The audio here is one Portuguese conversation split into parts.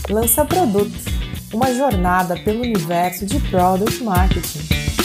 Lança Produtos, uma jornada pelo universo de Product Marketing.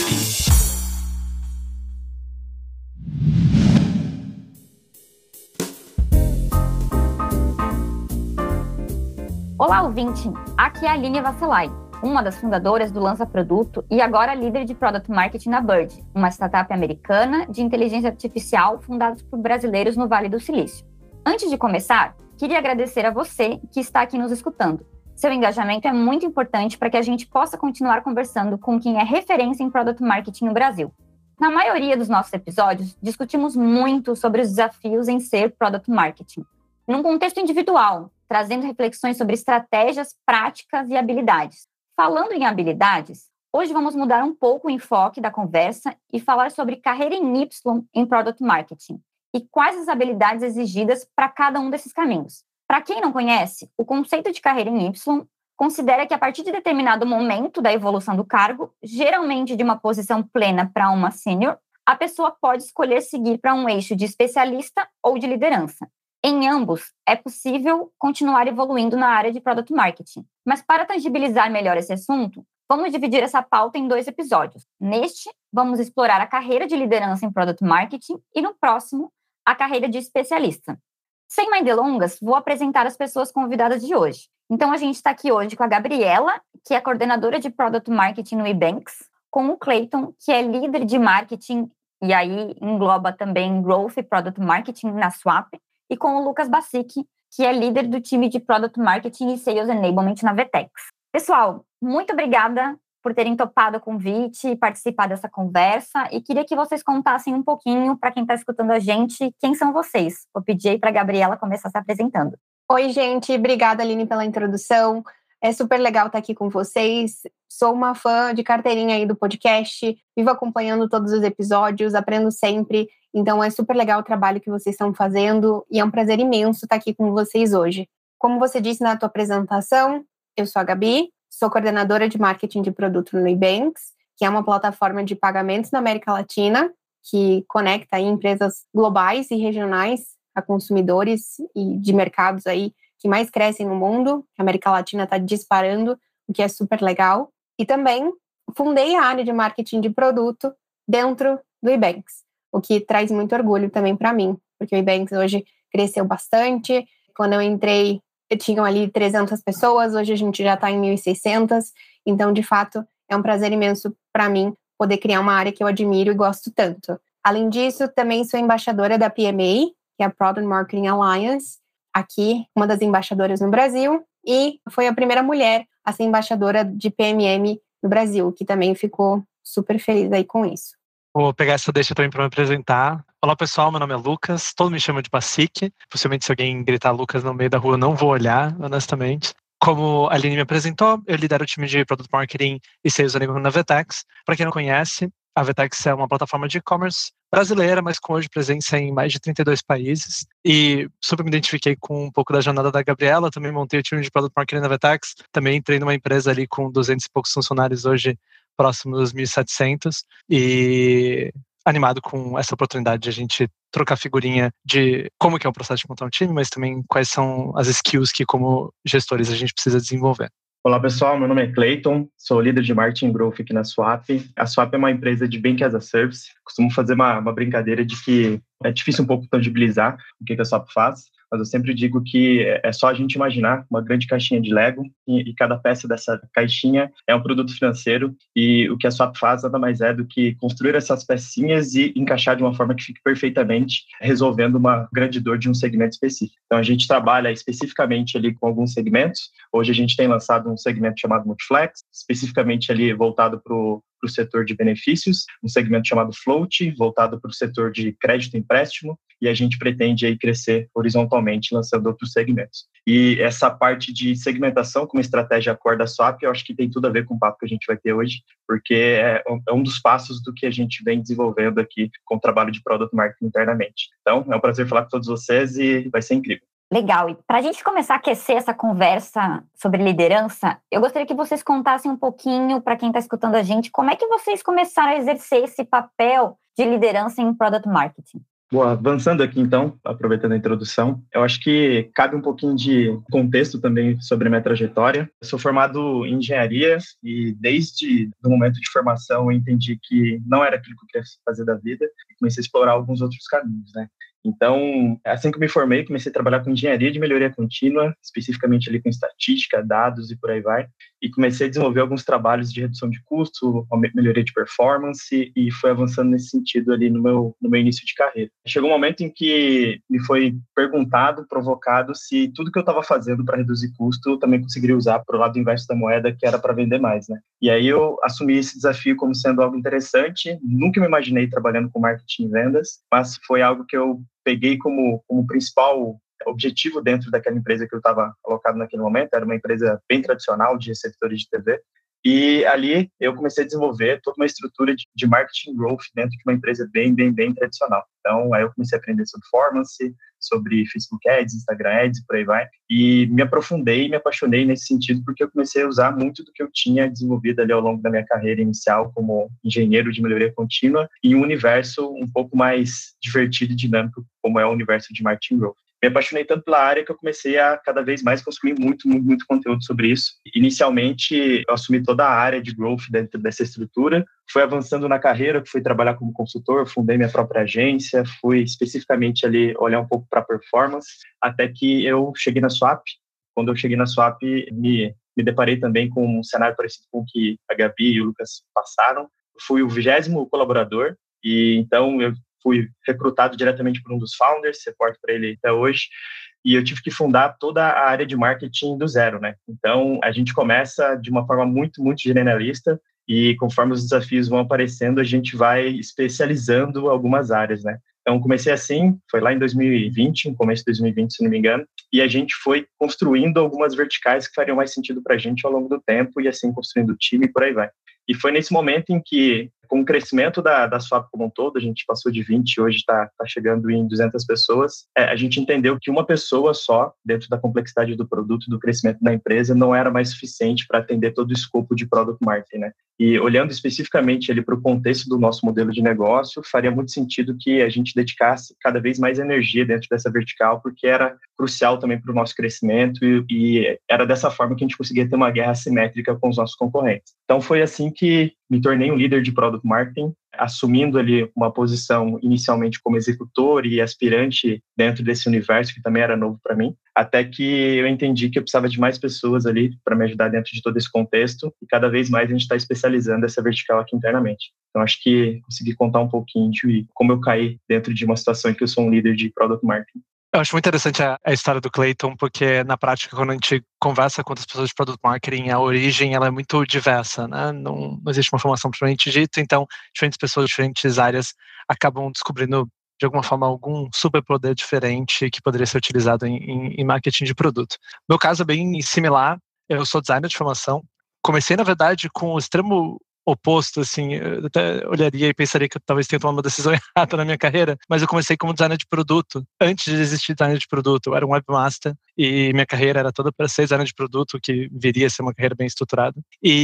Olá, ouvinte! Aqui é a Aline Vasselay, uma das fundadoras do Lança Produto e agora líder de Product Marketing na Bird, uma startup americana de inteligência artificial fundada por brasileiros no Vale do Silício. Antes de começar, queria agradecer a você que está aqui nos escutando. Seu engajamento é muito importante para que a gente possa continuar conversando com quem é referência em Product Marketing no Brasil. Na maioria dos nossos episódios, discutimos muito sobre os desafios em ser Product Marketing, num contexto individual, trazendo reflexões sobre estratégias, práticas e habilidades. Falando em habilidades, hoje vamos mudar um pouco o enfoque da conversa e falar sobre carreira em Y em Product Marketing e quais as habilidades exigidas para cada um desses caminhos. Para quem não conhece, o conceito de carreira em Y considera que a partir de determinado momento da evolução do cargo, geralmente de uma posição plena para uma sênior, a pessoa pode escolher seguir para um eixo de especialista ou de liderança. Em ambos, é possível continuar evoluindo na área de Product Marketing. Mas para tangibilizar melhor esse assunto, vamos dividir essa pauta em 2 episódios. Neste, vamos explorar a carreira de liderança em Product Marketing e no próximo, a carreira de especialista. Sem mais delongas, vou apresentar as pessoas convidadas de hoje. Então, a gente está aqui hoje com a Gabriela, que é coordenadora de Product Marketing no Ebanks, com o Clayton, que é líder de marketing, e aí engloba também Growth e Product Marketing na Swap, e com o Lucas Basic, que é líder do time de Product Marketing e Sales Enablement na Vtex. Pessoal, muito obrigada por terem topado o convite e participar dessa conversa, e queria que vocês contassem um pouquinho, para quem está escutando a gente, quem são vocês. Vou pedir aí para a Gabriela começar se apresentando. Oi, gente. Obrigada, Aline, pela introdução. É super legal estar aqui com vocês. Sou uma fã de carteirinha aí do podcast, vivo acompanhando todos os episódios, aprendo sempre. Então, é super legal o trabalho que vocês estão fazendo e é um prazer imenso estar aqui com vocês hoje. Como você disse na tua apresentação, eu sou a Gabi, sou coordenadora de marketing de produto no Ebanks, que é uma plataforma de pagamentos na América Latina, que conecta aí empresas globais e regionais a consumidores e de mercados aí que mais crescem no mundo. A América Latina está disparando, o que é super legal. E também fundei a área de marketing de produto dentro do Ebanks, o que traz muito orgulho também para mim, porque o Ebanks hoje cresceu bastante. Quando eu entrei, tinham ali 300 pessoas, hoje a gente já está em 1.600, então, de fato, é um prazer imenso para mim poder criar uma área que eu admiro e gosto tanto. Além disso, também sou embaixadora da PMA, que é a Product Marketing Alliance, aqui, uma das embaixadoras no Brasil, e foi a primeira mulher a ser embaixadora de PMM no Brasil, que também ficou super feliz aí com isso. Vou pegar essa deixa também para me apresentar. Olá, pessoal, meu nome é Lucas, todo mundo me chama de Basic. Possivelmente, se alguém gritar Lucas no meio da rua, eu não vou olhar, honestamente. Como a Aline me apresentou, eu lidero o time de Product Marketing e Sales Enablement na Vtex. Para quem não conhece, a Vtex é uma plataforma de e-commerce brasileira, mas com hoje presença em mais de 32 países. E super me identifiquei com um pouco da jornada da Gabriela, também montei o time de Product Marketing na Vtex, também entrei numa empresa ali com 200 e poucos funcionários hoje, próximo dos 1.700, e animado com essa oportunidade de a gente trocar figurinha de como que é o processo de montar um time, mas também quais são as skills que como gestores a gente precisa desenvolver. Olá, pessoal, meu nome é Clayton, sou líder de Marketing Growth aqui na Swap. A Swap é uma empresa de Bank as a Service. Costumo fazer uma brincadeira de que é difícil um pouco tangibilizar o que a Swap faz, mas eu sempre digo que é só a gente imaginar uma grande caixinha de Lego e cada peça dessa caixinha é um produto financeiro, e o que a Swap faz nada mais é do que construir essas pecinhas e encaixar de uma forma que fique perfeitamente resolvendo uma grande dor de um segmento específico. Então a gente trabalha especificamente ali com alguns segmentos. Hoje a gente tem lançado um segmento chamado Multiflex, especificamente ali voltado para o setor de benefícios, um segmento chamado Float, voltado para o setor de crédito e empréstimo, e a gente pretende aí crescer horizontalmente lançando outros segmentos. E essa parte de segmentação como estratégia core da Swap, eu acho que tem tudo a ver com o papo que a gente vai ter hoje, porque é um dos passos do que a gente vem desenvolvendo aqui com o trabalho de Product Marketing internamente. Então, é um prazer falar com todos vocês e vai ser incrível. Legal. E para a gente começar a aquecer essa conversa sobre liderança, eu gostaria que vocês contassem um pouquinho, para quem está escutando a gente, como é que vocês começaram a exercer esse papel de liderança em Product Marketing? Boa, avançando aqui então, aproveitando a introdução, eu acho que cabe um pouquinho de contexto também sobre a minha trajetória. Eu sou formado em engenharia e desde o momento de formação eu entendi que não era aquilo que eu queria fazer da vida e comecei a explorar alguns outros caminhos, né? Então, assim que eu me formei, comecei a trabalhar com engenharia de melhoria contínua, especificamente ali com estatística, dados e por aí vai, e comecei a desenvolver alguns trabalhos de redução de custo, melhoria de performance, e foi avançando nesse sentido ali no meu início de carreira. Chegou um momento em que me foi perguntado, provocado, se tudo que eu estava fazendo para reduzir custo eu também conseguiria usar para o lado inverso da moeda, que era para vender mais, né? E aí eu assumi esse desafio como sendo algo interessante, nunca me imaginei trabalhando com marketing e vendas, mas foi algo que eu peguei como principal objetivo dentro daquela empresa que eu estava alocado naquele momento. Era uma empresa bem tradicional de receptores de TV. E ali eu comecei a desenvolver toda uma estrutura de marketing growth dentro de uma empresa bem tradicional. Então, aí eu comecei a aprender sobre performance, sobre Facebook Ads, Instagram Ads e por aí vai. E me aprofundei, me apaixonei nesse sentido porque eu comecei a usar muito do que eu tinha desenvolvido ali ao longo da minha carreira inicial como engenheiro de melhoria contínua em um universo um pouco mais divertido e dinâmico como é o universo de marketing growth. Me apaixonei tanto pela área que eu comecei a cada vez mais consumir muito conteúdo sobre isso. Inicialmente, eu assumi toda a área de growth dentro dessa estrutura. Fui avançando na carreira, fui trabalhar como consultor, fundei minha própria agência, fui especificamente ali olhar um pouco para performance, até que eu cheguei na Swap. Quando eu cheguei na Swap, me deparei também com um cenário parecido com o que a Gabi e o Lucas passaram. Fui o 20º colaborador e então eu fui recrutado diretamente por um dos founders, reporto para ele até hoje, e eu tive que fundar toda a área de marketing do zero, né? Então, a gente começa de uma forma muito generalista e conforme os desafios vão aparecendo, a gente vai especializando algumas áreas, né? Então, comecei assim, foi lá em 2020, no começo de 2020, se não me engano, e a gente foi construindo algumas verticais que fariam mais sentido para a gente ao longo do tempo e assim construindo o time e por aí vai. E foi nesse momento em que, com o crescimento da Swap como um todo, a gente passou de 20, hoje está chegando em 200 pessoas, a gente entendeu que uma pessoa só, dentro da complexidade do produto, do crescimento da empresa, não era mais suficiente para atender todo o escopo de Product Marketing, né? E olhando especificamente para o contexto do nosso modelo de negócio, faria muito sentido que a gente dedicasse cada vez mais energia dentro dessa vertical, porque era crucial também para o nosso crescimento e era dessa forma que a gente conseguia ter uma guerra assimétrica com os nossos concorrentes. Então foi assim que me tornei um líder de Product Marketing, assumindo ali uma posição inicialmente como executor e aspirante dentro desse universo que também era novo para mim, até que eu entendi que eu precisava de mais pessoas ali para me ajudar dentro de todo esse contexto e cada vez mais a gente está especializando essa vertical aqui internamente. Então acho que consegui contar um pouquinho de como eu caí dentro de uma situação em que eu sou um líder de Product Marketing. Eu acho muito interessante a história do Clayton, porque na prática, quando a gente conversa com outras pessoas de Product Marketing, a origem ela é muito diversa, né? Não existe uma formação propriamente dita, então diferentes pessoas de diferentes áreas acabam descobrindo, de alguma forma, algum superpoder diferente que poderia ser utilizado em marketing de produto. Meu caso é bem similar, eu sou designer de formação, comecei, na verdade, com o extremo oposto, assim, eu até olharia e pensaria que eu talvez tenha tomado uma decisão errada na minha carreira, mas eu comecei como designer de produto. Antes de existir designer de produto, eu era um webmaster e minha carreira era toda para ser designer de produto, que viria a ser uma carreira bem estruturada.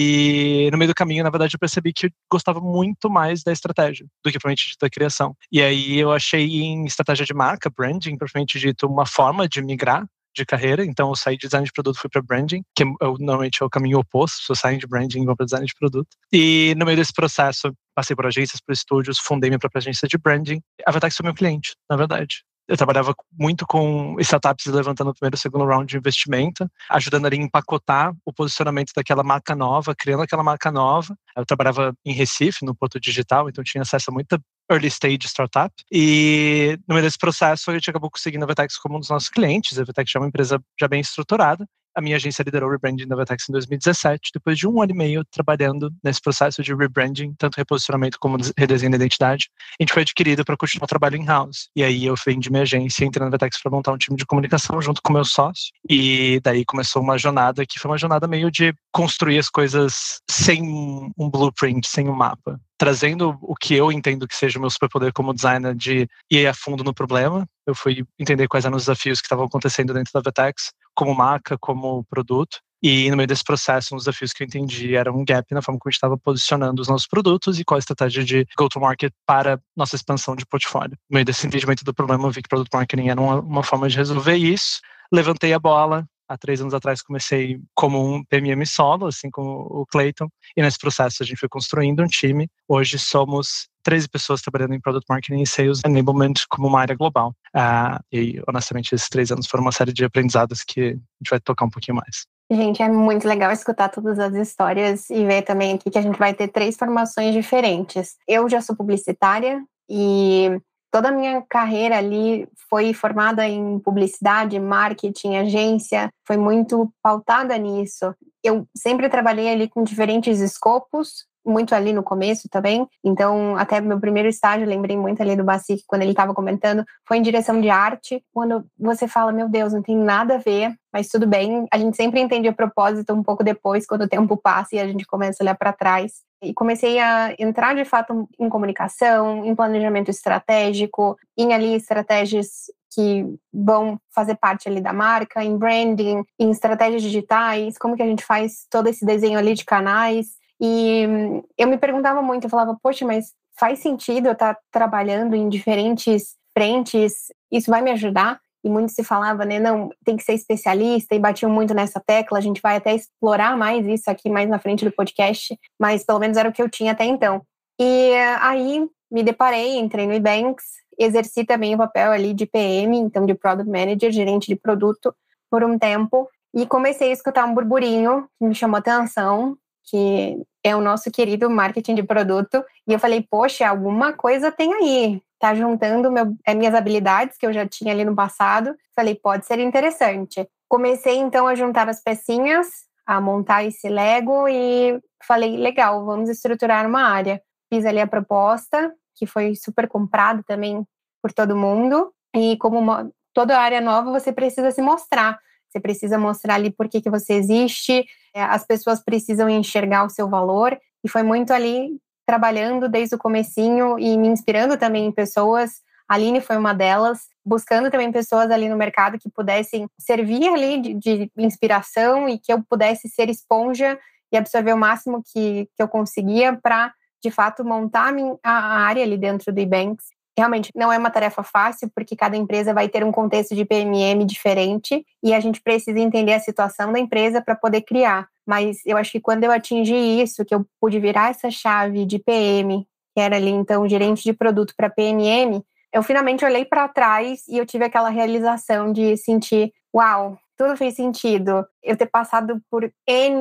E no meio do caminho, na verdade, eu percebi que eu gostava muito mais da estratégia do que propriamente da criação. E aí eu achei em estratégia de marca, branding, propriamente dito, uma forma de migrar de carreira, então eu saí de design de produto e fui para branding, que normalmente é o caminho oposto, se eu saio de branding e vou para design de produto. E no meio desse processo, passei por agências, por estúdios, fundei minha própria agência de branding. A Vertex foi meu cliente, na verdade. Eu trabalhava muito com startups levantando o primeiro e segundo round de investimento, ajudando ali a empacotar o posicionamento daquela marca nova, criando aquela marca nova. Eu trabalhava em Recife, no Porto Digital, então tinha acesso a muita early stage startup. E no meio desse processo, a gente acabou conseguindo a Vertex como um dos nossos clientes. A Vertex já é uma empresa já bem estruturada. A minha agência liderou o rebranding da Vertex em 2017, depois de 1 ano e meio trabalhando nesse processo de rebranding, tanto reposicionamento como redesenho da identidade. A gente foi adquirido para continuar o trabalho in-house. E aí eu vendi minha agência, entrei na Vertex para montar um time de comunicação junto com o meu sócio. E daí começou uma jornada que foi uma jornada meio de construir as coisas sem um blueprint, sem um mapa. Trazendo o que eu entendo que seja o meu superpoder como designer de ir a fundo no problema. Eu fui entender quais eram os desafios que estavam acontecendo dentro da Vertex, como marca, como produto. E no meio desse processo, um dos desafios que eu entendi era um gap na forma como a gente estava posicionando os nossos produtos e qual a estratégia de go-to-market para nossa expansão de portfólio. No meio desse entendimento do problema, eu vi que Product Marketing era uma forma de resolver isso. Levantei a bola. Há 3 anos atrás comecei como um PMM solo, assim como o Clayton, e nesse processo a gente foi construindo um time. Hoje somos 13 pessoas trabalhando em Product Marketing e Sales Enablement como uma área global. E honestamente esses 3 anos foram uma série de aprendizados que a gente vai tocar um pouquinho mais. Gente, é muito legal escutar todas as histórias e ver também aqui que a gente vai ter 3 formações diferentes. Eu já sou publicitária e toda a minha carreira ali foi formada em publicidade, marketing, agência, foi muito pautada nisso. Eu sempre trabalhei ali com diferentes escopos, muito ali no começo também. Então, até meu primeiro estágio, lembrei muito ali do Basic, quando ele estava comentando, foi em direção de arte. Quando você fala, meu Deus, não tem nada a ver, mas tudo bem. A gente sempre entende o propósito um pouco depois, quando o tempo passa e a gente começa a olhar para trás. E comecei a entrar, de fato, em comunicação, em planejamento estratégico, em ali estratégias que vão fazer parte ali da marca, em branding, em estratégias digitais, como que a gente faz todo esse desenho ali de canais. E eu me perguntava muito, eu falava, poxa, mas faz sentido eu estar trabalhando em diferentes frentes? Isso vai me ajudar? E muito se falava, né, não, tem que ser especialista, e batiam muito nessa tecla, a gente vai até explorar mais isso aqui mais na frente do podcast, mas pelo menos era o que eu tinha até então. E aí me deparei, entrei no Ebanks, exerci também o papel ali de PM, então de Product Manager, gerente de produto, por um tempo, e comecei a escutar um burburinho que me chamou atenção, que é o nosso querido marketing de produto, e eu falei, poxa, alguma coisa tem aí, tá juntando minhas habilidades que eu já tinha ali no passado, falei, pode ser interessante. Comecei então a juntar as pecinhas, a montar esse Lego e falei, legal, vamos estruturar uma área. Fiz ali a proposta, que foi super comprada também por todo mundo, e como toda área nova, você precisa se mostrar. Você precisa mostrar ali por que você existe, as pessoas precisam enxergar o seu valor, e foi muito ali trabalhando desde o comecinho e me inspirando também em pessoas. A Aline foi uma delas, buscando também pessoas ali no mercado que pudessem servir ali de inspiração e que eu pudesse ser esponja e absorver o máximo que eu conseguia para, de fato, montar a área ali dentro do Ebanks. Realmente não é uma tarefa fácil, porque cada empresa vai ter um contexto de PMM diferente e a gente precisa entender a situação da empresa para poder criar. Mas eu acho que quando eu atingi isso, que eu pude virar essa chave de PM, que era ali então gerente de produto para PMM, eu finalmente olhei para trás e eu tive aquela realização de sentir, uau, tudo fez sentido. Eu ter passado por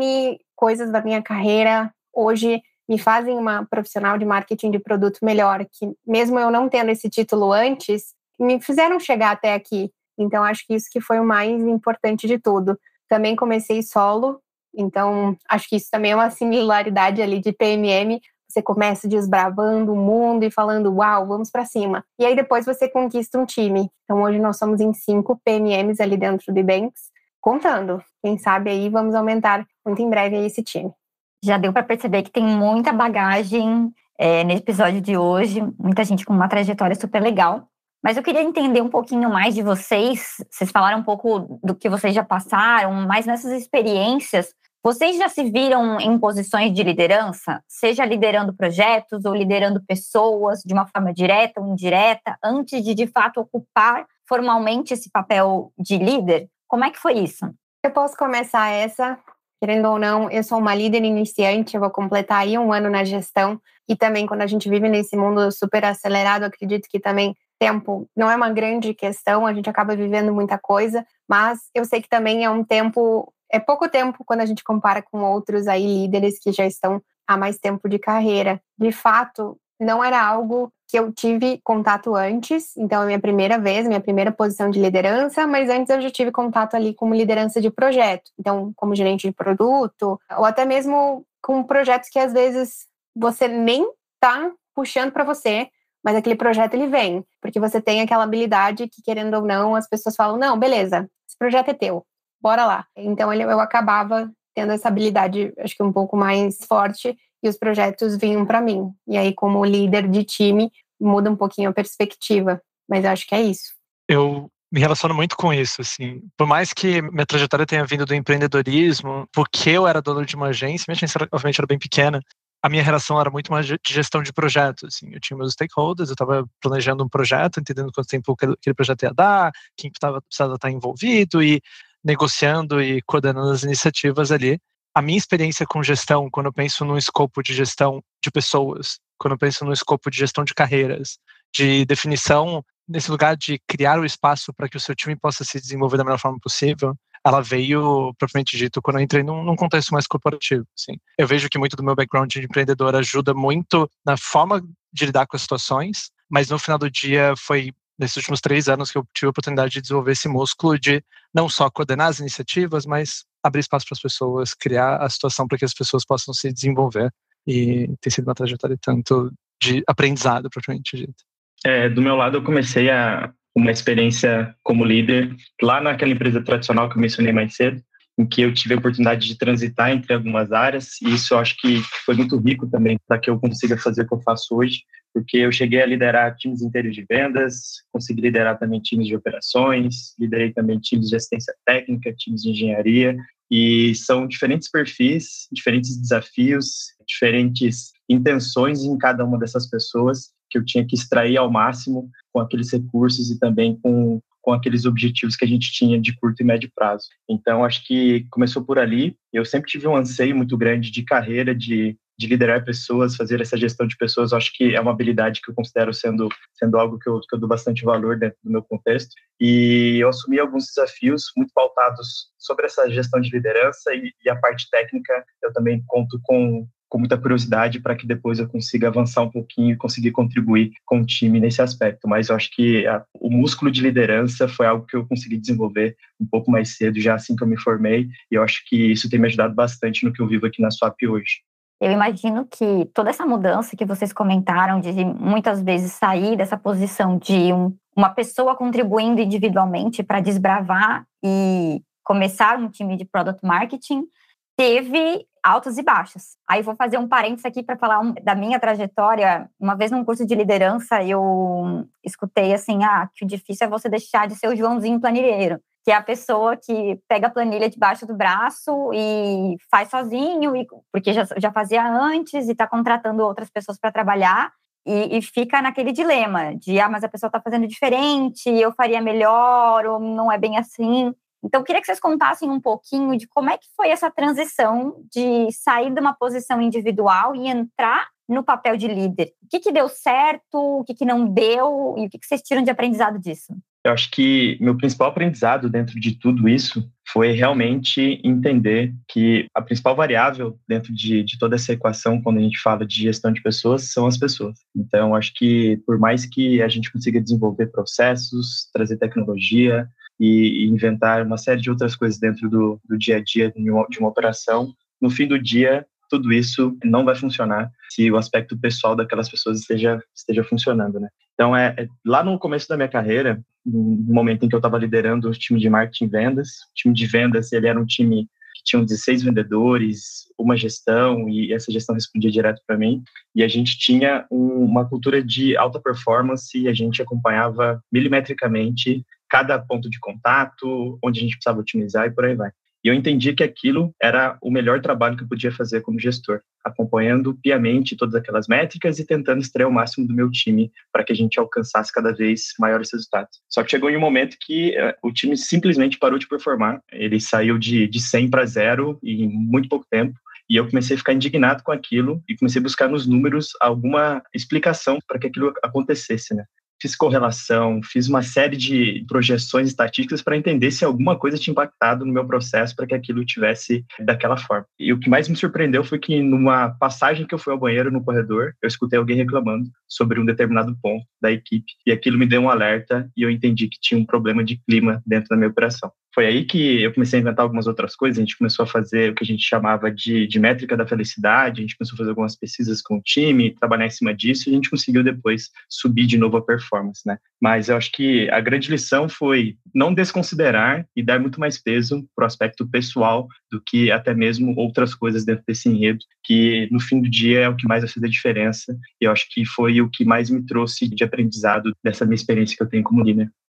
N coisas da minha carreira, hoje me fazem uma profissional de marketing de produto melhor, que mesmo eu não tendo esse título antes, me fizeram chegar até aqui. Então, acho que isso que foi o mais importante de tudo. Também comecei solo, então acho que isso também é uma similaridade ali de PMM. Você começa desbravando o mundo e falando, uau, vamos para cima. E aí depois você conquista um time. Então, hoje nós somos em 5 PMMs ali dentro do Ebanks, contando. Quem sabe aí vamos aumentar muito em breve aí esse time. Já deu para perceber que tem muita bagagem nesse episódio de hoje, muita gente com uma trajetória super legal. Mas eu queria entender um pouquinho mais de vocês. Vocês falaram um pouco do que vocês já passaram, mas nessas experiências, vocês já se viram em posições de liderança? Seja liderando projetos ou liderando pessoas de uma forma direta ou indireta, antes de fato ocupar formalmente esse papel de líder? Como é que foi isso? Eu posso começar essa. Querendo ou não, eu sou uma líder iniciante, eu vou completar aí 1 ano na gestão, e também quando a gente vive nesse mundo super acelerado, acredito que também tempo não é uma grande questão, a gente acaba vivendo muita coisa, mas eu sei que também é pouco tempo quando a gente compara com outros aí líderes que já estão há mais tempo de carreira. De fato, não era algo que eu tive contato antes, então é minha primeira vez, minha primeira posição de liderança, mas antes eu já tive contato ali como liderança de projeto, então como gerente de produto, ou até mesmo com projetos que às vezes você nem tá puxando para você, mas aquele projeto ele vem, porque você tem aquela habilidade que, querendo ou não, as pessoas falam, não, beleza, esse projeto é teu, bora lá. Então eu acabava tendo essa habilidade, acho que um pouco mais forte, e os projetos vinham para mim. E aí, como líder de time, muda um pouquinho a perspectiva. Mas eu acho que é isso. Eu me relaciono muito com isso, assim. Por mais que minha trajetória tenha vindo do empreendedorismo, porque eu era dono de uma agência, minha agência obviamente era bem pequena, a minha relação era muito mais de gestão de projetos, assim. Eu tinha meus stakeholders, eu estava planejando um projeto, entendendo quanto tempo aquele projeto ia dar, quem precisava estar envolvido e negociando e coordenando as iniciativas ali. A minha experiência com gestão, quando eu penso num escopo de gestão de pessoas, quando eu penso no escopo de gestão de carreiras, de definição nesse lugar de criar o espaço para que o seu time possa se desenvolver da melhor forma possível, ela veio, propriamente dito, quando eu entrei num contexto mais corporativo. Assim. Eu vejo que muito do meu background de empreendedor ajuda muito na forma de lidar com as situações, mas no final do dia foi nesses últimos 3 anos que eu tive a oportunidade de desenvolver esse músculo de não só coordenar as iniciativas, mas abrir espaço para as pessoas, criar a situação para que as pessoas possam se desenvolver. E tem sido uma trajetória tanto de aprendizado, propriamente dito. Do meu lado, eu comecei uma experiência como líder lá naquela empresa tradicional que eu mencionei mais cedo, em que eu tive a oportunidade de transitar entre algumas áreas, e isso eu acho que foi muito rico também para que eu consiga fazer o que eu faço hoje, porque eu cheguei a liderar times inteiros de vendas, consegui liderar também times de operações, liderei também times de assistência técnica, times de engenharia, e são diferentes perfis, diferentes desafios, diferentes intenções em cada uma dessas pessoas que eu tinha que extrair ao máximo com aqueles recursos e também com aqueles objetivos que a gente tinha de curto e médio prazo. Então, acho que começou por ali. Eu sempre tive um anseio muito grande de carreira, de liderar pessoas, fazer essa gestão de pessoas. Eu acho que é uma habilidade que eu considero sendo algo que eu dou bastante valor dentro do meu contexto. E eu assumi alguns desafios muito pautados sobre essa gestão de liderança e a parte técnica. Eu também conto com muita curiosidade para que depois eu consiga avançar um pouquinho e conseguir contribuir com o time nesse aspecto. Mas eu acho que o músculo de liderança foi algo que eu consegui desenvolver um pouco mais cedo, já assim que eu me formei, e eu acho que isso tem me ajudado bastante no que eu vivo aqui na Swap hoje. Eu imagino que toda essa mudança que vocês comentaram, de muitas vezes sair dessa posição de uma pessoa contribuindo individualmente para desbravar e começar um time de Product Marketing, teve altas e baixas. Aí vou fazer um parênteses aqui para falar da minha trajetória. Uma vez num curso de liderança, eu escutei assim, que o difícil é você deixar de ser o Joãozinho planilheiro, que é a pessoa que pega a planilha debaixo do braço e faz sozinho, porque já fazia antes e está contratando outras pessoas para trabalhar, e fica naquele dilema de, mas a pessoa está fazendo diferente, eu faria melhor, ou não é bem assim. Então, eu queria que vocês contassem um pouquinho de como é que foi essa transição de sair de uma posição individual e entrar no papel de líder. O que deu certo, o que não deu e o que vocês tiram de aprendizado disso? Eu acho que meu principal aprendizado dentro de tudo isso foi realmente entender que a principal variável dentro de toda essa equação, quando a gente fala de gestão de pessoas, são as pessoas. Então, acho que por mais que a gente consiga desenvolver processos, trazer tecnologia e inventar uma série de outras coisas dentro do dia a dia de uma operação, no fim do dia, tudo isso não vai funcionar se o aspecto pessoal daquelas pessoas esteja funcionando, né? Então, lá no começo da minha carreira, no momento em que eu estava liderando o time de marketing e vendas, o time de vendas, ele era um time que tinha 16 vendedores, uma gestão, e essa gestão respondia direto para mim, e a gente tinha uma cultura de alta performance, e a gente acompanhava milimetricamente cada ponto de contato, onde a gente precisava otimizar e por aí vai. E eu entendi que aquilo era o melhor trabalho que eu podia fazer como gestor, acompanhando piamente todas aquelas métricas e tentando extrair o máximo do meu time para que a gente alcançasse cada vez maiores resultados. Só que chegou em um momento que o time simplesmente parou de performar. Ele saiu de 100 para 0 em muito pouco tempo. E eu comecei a ficar indignado com aquilo e comecei a buscar nos números alguma explicação para que aquilo acontecesse, né? Fiz correlação, fiz uma série de projeções estatísticas para entender se alguma coisa tinha impactado no meu processo para que aquilo tivesse daquela forma. E o que mais me surpreendeu foi que numa passagem que eu fui ao banheiro no corredor, eu escutei alguém reclamando sobre um determinado ponto da equipe e aquilo me deu um alerta e eu entendi que tinha um problema de clima dentro da minha operação. Foi aí que eu comecei a inventar algumas outras coisas, a gente começou a fazer o que a gente chamava de métrica da felicidade, a gente começou a fazer algumas pesquisas com o time, trabalhar em cima disso e a gente conseguiu depois subir de novo a performance, né? Mas eu acho que a grande lição foi não desconsiderar e dar muito mais peso para o aspecto pessoal do que até mesmo outras coisas dentro desse enredo, que no fim do dia é o que mais vai fazer a diferença e eu acho que foi o que mais me trouxe de aprendizado dessa minha experiência que eu tenho como líder.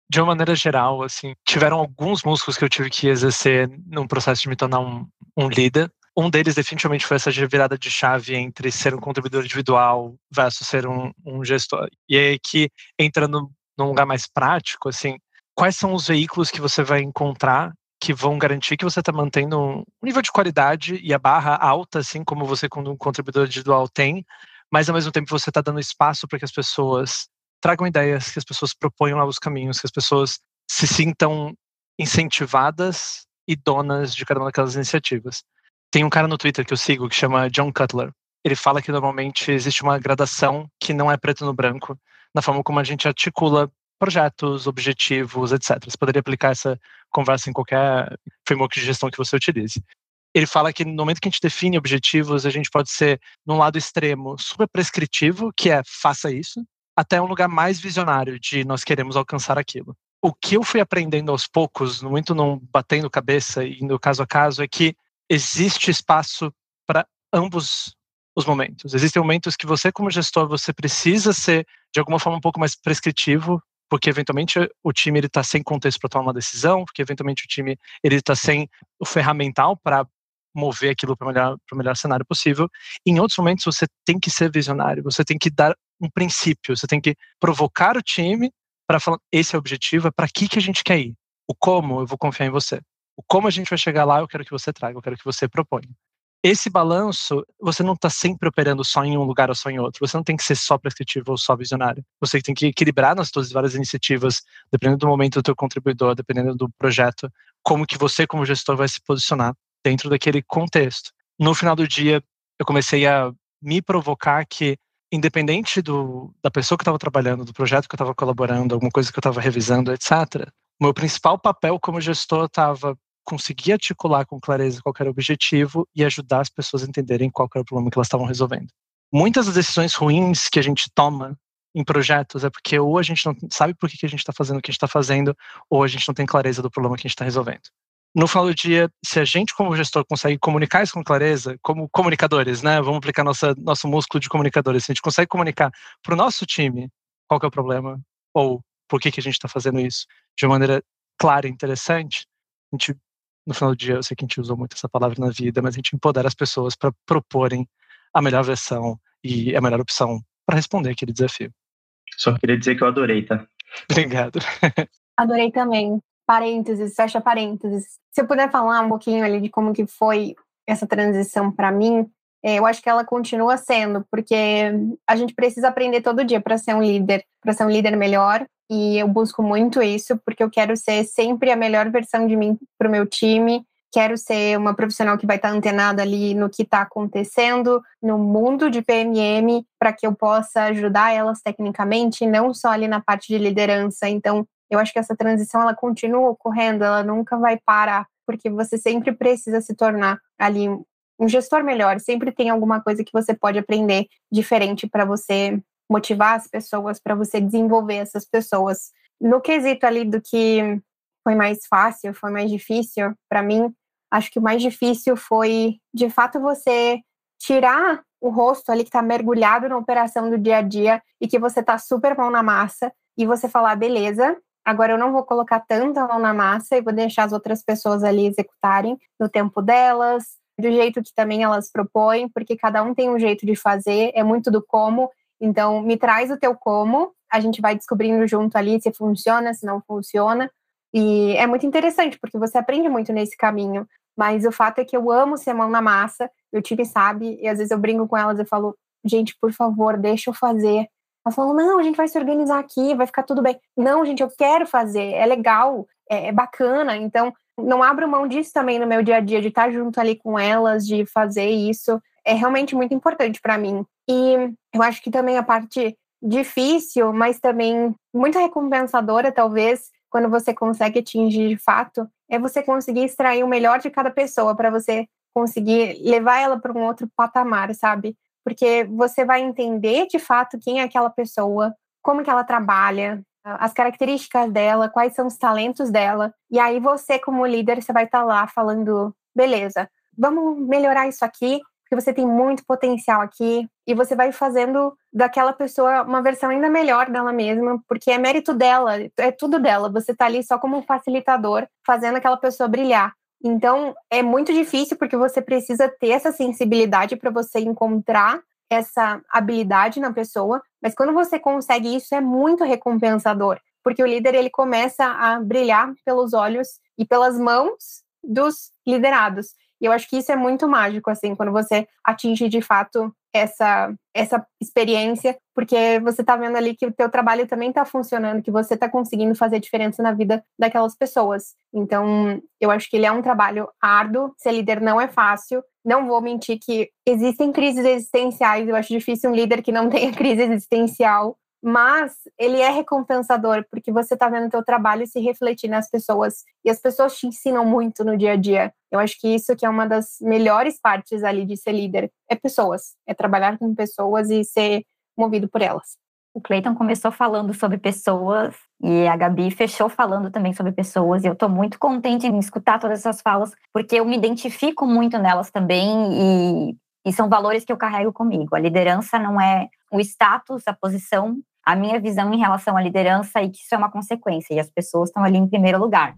de uma maneira geral, assim, tiveram alguns músculos que eu tive que exercer num processo de me tornar um líder. Um deles definitivamente foi essa virada de chave entre ser um contribuidor individual versus ser um gestor. E aí que, entrando num lugar mais prático, assim, quais são os veículos que você vai encontrar que vão garantir que você está mantendo um nível de qualidade e a barra alta, assim como você como um contribuidor individual tem, mas ao mesmo tempo você está dando espaço para que as pessoas tragam ideias, que as pessoas proponham novos caminhos, que as pessoas se sintam incentivadas e donas de cada uma daquelas iniciativas. Tem um cara no Twitter que eu sigo que chama John Cutler. Ele fala que normalmente existe uma gradação que não é preto no branco na forma como a gente articula projetos, objetivos, etc. Você poderia aplicar essa conversa em qualquer framework de gestão que você utilize. Ele fala que no momento que a gente define objetivos, a gente pode ser, num lado extremo, super prescritivo, que é faça isso, até um lugar mais visionário de nós queremos alcançar aquilo. O que eu fui aprendendo aos poucos, muito não batendo cabeça e indo caso a caso, é que existe espaço para ambos os momentos. Existem momentos que você, como gestor, você precisa ser, de alguma forma, um pouco mais prescritivo, porque eventualmente o time está sem contexto para tomar uma decisão, porque eventualmente o time está sem o ferramental para mover aquilo para o melhor cenário possível. E em outros momentos você tem que ser visionário, você tem que dar um princípio, você tem que provocar o time para falar, esse é o objetivo, é para que a gente quer ir. O como, eu vou confiar em você. O como a gente vai chegar lá, eu quero que você traga, eu quero que você proponha. Esse balanço, você não está sempre operando só em um lugar ou só em outro. Você não tem que ser só prescritivo ou só visionário. Você tem que equilibrar nas suas várias iniciativas, dependendo do momento do teu contribuidor, dependendo do projeto, como que você, como gestor, vai se posicionar dentro daquele contexto. No final do dia, eu comecei a me provocar que, independente da pessoa que estava trabalhando, do projeto que eu estava colaborando, alguma coisa que eu estava revisando, etc., o meu principal papel como gestor estava conseguir articular com clareza qual era o objetivo e ajudar as pessoas a entenderem qual era o problema que elas estavam resolvendo. Muitas das decisões ruins que a gente toma em projetos é porque ou a gente não sabe por que a gente está fazendo o que a gente está fazendo, ou a gente não tem clareza do problema que a gente está resolvendo. No final do dia, se a gente como gestor consegue comunicar isso com clareza, como comunicadores, né, vamos aplicar nosso músculo de comunicadores, se a gente consegue comunicar para o nosso time qual que é o problema, ou por que a gente está fazendo isso de uma maneira clara e interessante, a gente, no final do dia, eu sei que a gente usou muito essa palavra na vida, mas a gente empodera as pessoas para proporem a melhor versão e a melhor opção para responder aquele desafio. Só queria dizer que eu adorei, tá? Obrigado. Adorei também. Parênteses, fecha parênteses. Se eu puder falar um pouquinho ali de como que foi essa transição para mim, eu acho que ela continua sendo, porque a gente precisa aprender todo dia para ser um líder melhor, e eu busco muito isso, porque eu quero ser sempre a melhor versão de mim para o meu time, quero ser uma profissional que vai estar antenada ali no que está acontecendo no mundo de PMM, para que eu possa ajudar elas tecnicamente, não só ali na parte de liderança. Então, eu acho que essa transição, ela continua ocorrendo, ela nunca vai parar, porque você sempre precisa se tornar ali um gestor melhor, sempre tem alguma coisa que você pode aprender diferente para você motivar as pessoas, para você desenvolver essas pessoas. No quesito ali do que foi mais fácil, foi mais difícil, para mim, acho que o mais difícil foi, de fato, você tirar o rosto ali que está mergulhado na operação do dia a dia e que você está super mão na massa e você falar, beleza, agora eu não vou colocar tanta mão na massa e vou deixar as outras pessoas ali executarem no tempo delas, do jeito que também elas propõem, porque cada um tem um jeito de fazer, é muito do como. Então, me traz o teu como, a gente vai descobrindo junto ali se funciona, se não funciona. E é muito interessante, porque você aprende muito nesse caminho. Mas o fato é que eu amo ser mão na massa, meu time sabe, e às vezes eu brinco com elas e falo, gente, por favor, deixa eu fazer. Elas falam, não, a gente vai se organizar aqui, vai ficar tudo bem. Não, gente, eu quero fazer, é legal, é bacana. Então, não abro mão disso também no meu dia a dia, de estar junto ali com elas, de fazer isso. É realmente muito importante para mim. E eu acho que também a parte difícil, mas também muito recompensadora, talvez, quando você consegue atingir de fato, é você conseguir extrair o melhor de cada pessoa para você conseguir levar ela para um outro patamar, sabe? Porque você vai entender de fato quem é aquela pessoa, como que ela trabalha, as características dela, quais são os talentos dela. E aí você, como líder, você vai estar lá falando, beleza, vamos melhorar isso aqui, porque porque você tem muito potencial aqui, e você vai fazendo daquela pessoa uma versão ainda melhor dela mesma, porque é mérito dela, é tudo dela, você tá ali só como um facilitador, fazendo aquela pessoa brilhar. Então, é muito difícil, porque você precisa ter essa sensibilidade para você encontrar essa habilidade na pessoa, mas quando você consegue isso, é muito recompensador, porque o líder, ele começa a brilhar pelos olhos e pelas mãos dos liderados. E eu acho que isso é muito mágico, assim, quando você atinge, de fato, essa experiência, porque você tá vendo ali que o teu trabalho também tá funcionando, que você tá conseguindo fazer diferença na vida daquelas pessoas. Então, eu acho que ele é um trabalho árduo, ser líder não é fácil. Não vou mentir que existem crises existenciais, eu acho difícil um líder que não tenha crise existencial, mas ele é recompensador, porque você tá vendo o teu trabalho se refletir nas pessoas, e as pessoas te ensinam muito no dia a dia. Eu acho que isso que é uma das melhores partes ali de ser líder, é pessoas, é trabalhar com pessoas e ser movido por elas. O Clayton começou falando sobre pessoas e a Gabi fechou falando também sobre pessoas, e eu tô muito contente em escutar todas essas falas, porque eu me identifico muito nelas também, e são valores que eu carrego comigo. A liderança não é o status, a posição, a minha visão em relação à liderança, e que isso é uma consequência, e as pessoas estão ali em primeiro lugar.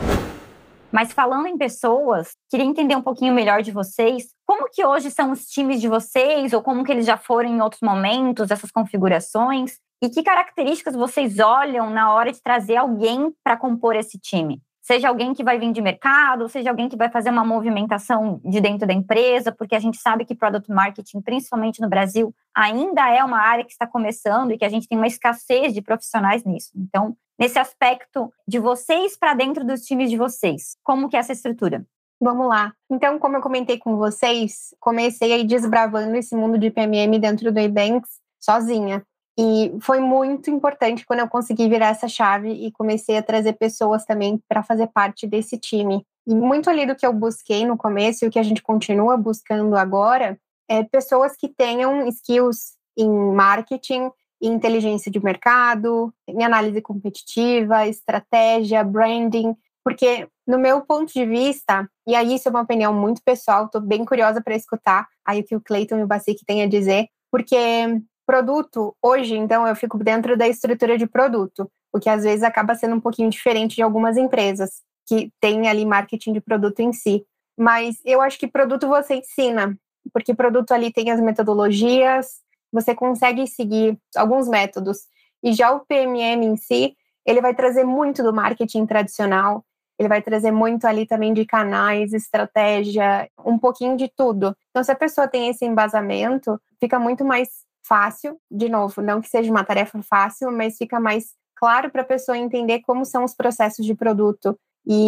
Mas falando em pessoas, queria entender um pouquinho melhor de vocês, como que hoje são os times de vocês, ou como que eles já foram em outros momentos, essas configurações, e que características vocês olham na hora de trazer alguém para compor esse time? Seja alguém que vai vir de mercado, seja alguém que vai fazer uma movimentação de dentro da empresa, porque a gente sabe que Product Marketing, principalmente no Brasil, ainda é uma área que está começando e que a gente tem uma escassez de profissionais nisso. Então, nesse aspecto de vocês para dentro dos times de vocês, como que é essa estrutura? Vamos lá. Então, como eu comentei com vocês, comecei aí desbravando esse mundo de PMM dentro do Ebanks sozinha. E foi muito importante quando eu consegui virar essa chave e comecei a trazer pessoas também para fazer parte desse time. E muito ali do que eu busquei no começo e o que a gente continua buscando agora é pessoas que tenham skills em marketing, em inteligência de mercado, em análise competitiva, estratégia, branding, porque no meu ponto de vista, e aí isso é uma opinião muito pessoal, estou bem curiosa para escutar aí o que o Clayton e o Basic têm a dizer, porque produto, hoje, então, eu fico dentro da estrutura de produto, o que às vezes acaba sendo um pouquinho diferente de algumas empresas, que têm ali marketing de produto em si. Mas eu acho que produto você ensina, porque produto ali tem as metodologias, você consegue seguir alguns métodos. E já o PMM em si, ele vai trazer muito do marketing tradicional, ele vai trazer muito ali também de canais, estratégia, um pouquinho de tudo. Então, se a pessoa tem esse embasamento, fica muito mais fácil, de novo, não que seja uma tarefa fácil, mas fica mais claro para a pessoa entender como são os processos de produto.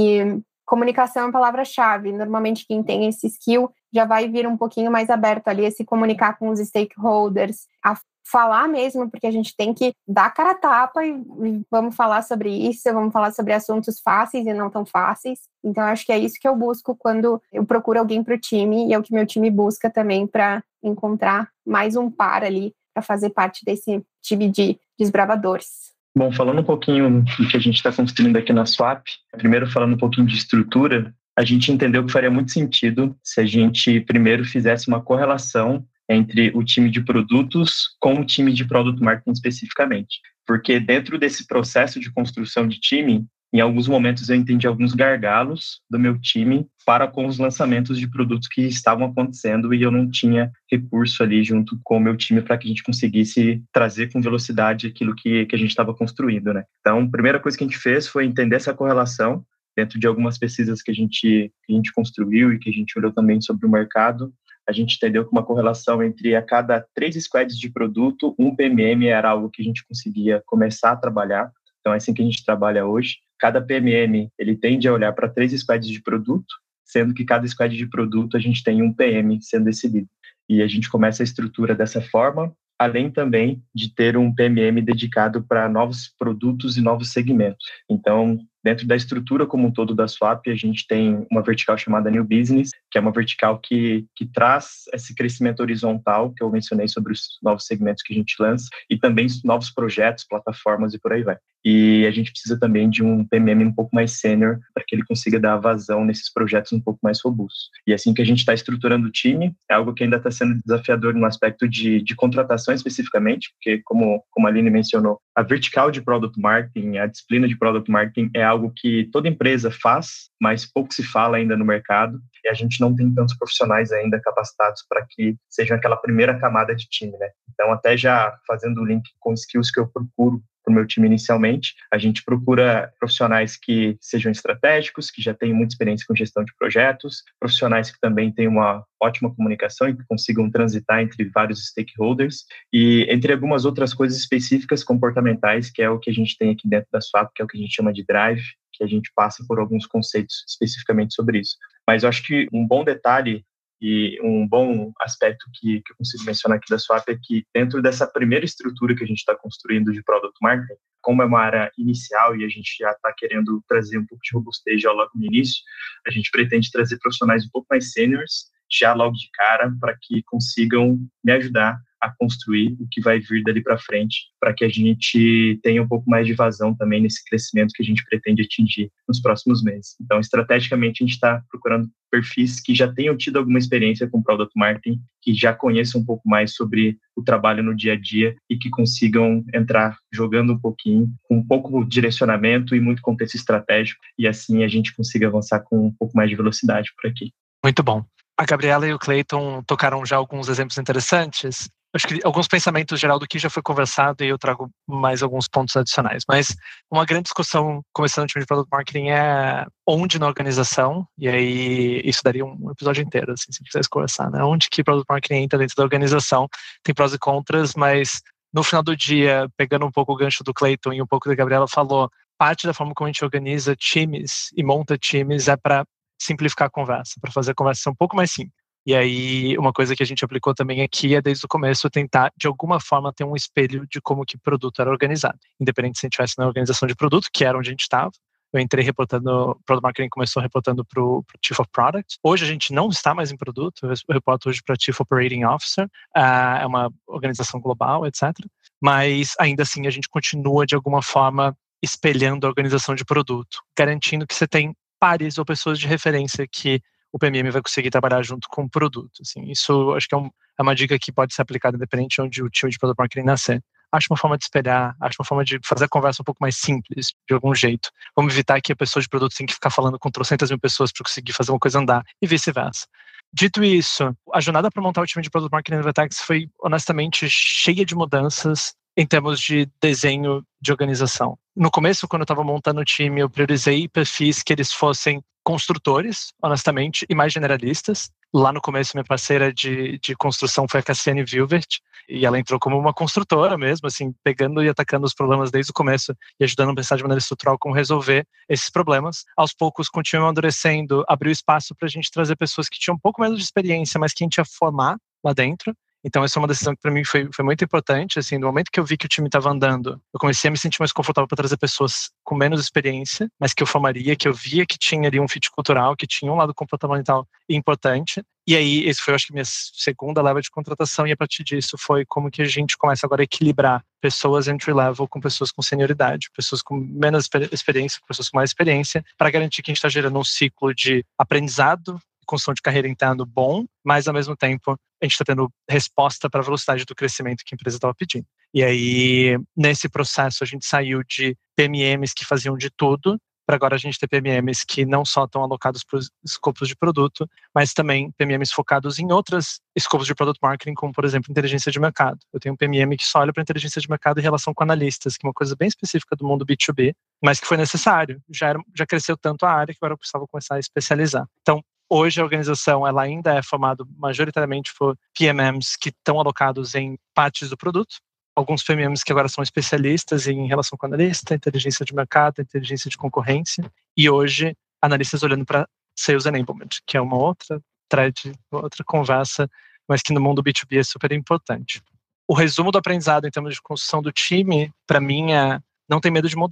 E comunicação é a palavra-chave. Normalmente quem tem esse skill já vai vir um pouquinho mais aberto ali a se comunicar com os stakeholders, a falar mesmo, porque a gente tem que dar cara a tapa e vamos falar sobre isso, vamos falar sobre assuntos fáceis e não tão fáceis. Então, acho que é isso que eu busco quando eu procuro alguém para o time, e é o que meu time busca também para encontrar mais um par ali para fazer parte desse time de desbravadores. Bom, falando um pouquinho do que a gente está construindo aqui na Swap, primeiro falando um pouquinho de estrutura, a gente entendeu que faria muito sentido se a gente primeiro fizesse uma correlação entre o time de produtos com o time de Product Marketing especificamente. Porque dentro desse processo de construção de time, em alguns momentos eu entendi alguns gargalos do meu time para com os lançamentos de produtos que estavam acontecendo e eu não tinha recurso ali junto com o meu time para que a gente conseguisse trazer com velocidade aquilo que a gente estava construindo, né? Então, a primeira coisa que a gente fez foi entender essa correlação dentro de algumas pesquisas que a gente construiu e que a gente olhou também sobre o mercado. A gente entendeu que uma correlação entre a cada 3 squads de produto, um PMM era algo que a gente conseguia começar a trabalhar. Então, é assim que a gente trabalha hoje. Cada PMM, ele tende a olhar para 3 squads de produto, sendo que cada squad de produto a gente tem um PM sendo esse líder. E a gente começa a estrutura dessa forma, além também de ter um PMM dedicado para novos produtos e novos segmentos. Então, Dentro da estrutura como um todo da Swap, a gente tem uma vertical chamada New Business, que é uma vertical que traz esse crescimento horizontal, que eu mencionei sobre os novos segmentos que a gente lança, e também novos projetos, plataformas e por aí vai. E a gente precisa também de um PMM um pouco mais sênior para que ele consiga dar vazão nesses projetos um pouco mais robustos. E assim que a gente está estruturando o time, é algo que ainda está sendo desafiador no aspecto de contratação especificamente, porque como a Aline mencionou, a vertical de Product Marketing, a disciplina de Product Marketing é algo que toda empresa faz, mas pouco se fala ainda no mercado, e a gente não tem tantos profissionais ainda capacitados para que sejam aquela primeira camada de time, né? Então, até já fazendo o link com skills que eu procuro para o meu time inicialmente, a gente procura profissionais que sejam estratégicos, que já tenham muita experiência com gestão de projetos, profissionais que também tenham uma ótima comunicação e que consigam transitar entre vários stakeholders e entre algumas outras coisas específicas comportamentais, que é o que a gente tem aqui dentro da Swap, que é o que a gente chama de drive, que a gente passa por alguns conceitos especificamente sobre isso. Mas eu acho que um bom detalhe e um bom aspecto que eu consigo mencionar aqui da Swap é que dentro dessa primeira estrutura que a gente está construindo de Product Marketing, como é uma área inicial e a gente já está querendo trazer um pouco de robustez já logo no início, a gente pretende trazer profissionais um pouco mais seniors já logo de cara para que consigam me ajudar a construir o que vai vir dali para frente, para que a gente tenha um pouco mais de vazão também nesse crescimento que a gente pretende atingir nos próximos meses. Então, estrategicamente, a gente está procurando perfis que já tenham tido alguma experiência com Product Marketing, que já conheçam um pouco mais sobre o trabalho no dia a dia e que consigam entrar jogando um pouquinho, com um pouco de direcionamento e muito contexto estratégico, e assim a gente consiga avançar com um pouco mais de velocidade por aqui. Muito bom. A Gabriela e o Clayton tocaram já alguns exemplos interessantes. Acho que alguns pensamentos geral do que já foi conversado e eu trago mais alguns pontos adicionais. Mas uma grande discussão, começando no time de Product Marketing, é onde na organização, e aí isso daria um episódio inteiro, assim, se quiser conversar, né? Onde que Product Marketing entra dentro da organização, tem prós e contras, mas no final do dia, pegando um pouco o gancho do Clayton e um pouco da Gabriela falou, parte da forma como a gente organiza times e monta times é para simplificar a conversa, para fazer a conversa ser um pouco mais simples. E aí, uma coisa que a gente aplicou também aqui é, desde o começo, tentar, de alguma forma, ter um espelho de como que o produto era organizado. Independente se a gente estivesse na organização de produto, que era onde a gente estava. Eu entrei reportando, o Product Marketing começou reportando para o Chief of Product. Hoje a gente não está mais em produto, eu reporto hoje para Chief Operating Officer, é uma organização global, etc. Mas, ainda assim, a gente continua, de alguma forma, espelhando a organização de produto, garantindo que você tem pares ou pessoas de referência que o PMM vai conseguir trabalhar junto com o produto. Assim, isso acho que é uma dica que pode ser aplicada independente de onde o time de Product Marketing nascer. Acho uma forma de espelhar, acho uma forma de fazer a conversa um pouco mais simples, de algum jeito. Vamos evitar que a pessoa de produto tenha que ficar falando com 300.000 pessoas para conseguir fazer uma coisa andar, e vice-versa. Dito isso, a jornada para montar o time de Product Marketing no Vertex foi, honestamente, cheia de mudanças em termos de desenho de organização. No começo, quando eu estava montando o time, eu priorizei perfis que eles fossem construtores, honestamente, e mais generalistas. Lá no começo, minha parceira de construção foi a Cassiane Vilvert, e ela entrou como uma construtora mesmo, assim, pegando e atacando os problemas desde o começo e ajudando a pensar de maneira estrutural como resolver esses problemas. Aos poucos, continuou amadurecendo, abriu espaço para a gente trazer pessoas que tinham um pouco menos de experiência, mas que a gente ia formar lá dentro. Então, essa é uma decisão que para mim foi muito importante. Assim, no momento que eu vi que o time estava andando, eu comecei a me sentir mais confortável para trazer pessoas com menos experiência, mas que eu formaria, que eu via que tinha ali um fit cultural, que tinha um lado comportamental importante. E aí, esse foi, eu acho que, minha segunda leva de contratação, e a partir disso foi como que a gente começa agora a equilibrar pessoas entry-level com pessoas com senioridade, pessoas com menos experiência, com pessoas com mais experiência, para garantir que a gente está gerando um ciclo de aprendizado, construção de carreira interno bom, mas ao mesmo tempo a gente está tendo resposta para a velocidade do crescimento que a empresa estava pedindo. E aí, nesse processo, a gente saiu de PMMs que faziam de tudo, para agora a gente ter PMMs que não só estão alocados para os escopos de produto, mas também PMMs focados em outros escopos de Product Marketing, como, por exemplo, inteligência de mercado. Eu tenho um PMM que só olha para inteligência de mercado em relação com analistas, que é uma coisa bem específica do mundo B2B, mas que foi necessário. Já cresceu tanto a área que agora eu precisava começar a especializar. Então, hoje a organização ela ainda é formada majoritariamente por PMMs que estão alocados em partes do produto, alguns PMMs que agora são especialistas em relação com analista, inteligência de mercado, inteligência de concorrência, e hoje analistas olhando para Sales Enablement, que é uma outra thread, outra conversa, mas que no mundo B2B é super importante. O resumo do aprendizado em termos de construção do time, para mim, é não ter medo de mudar.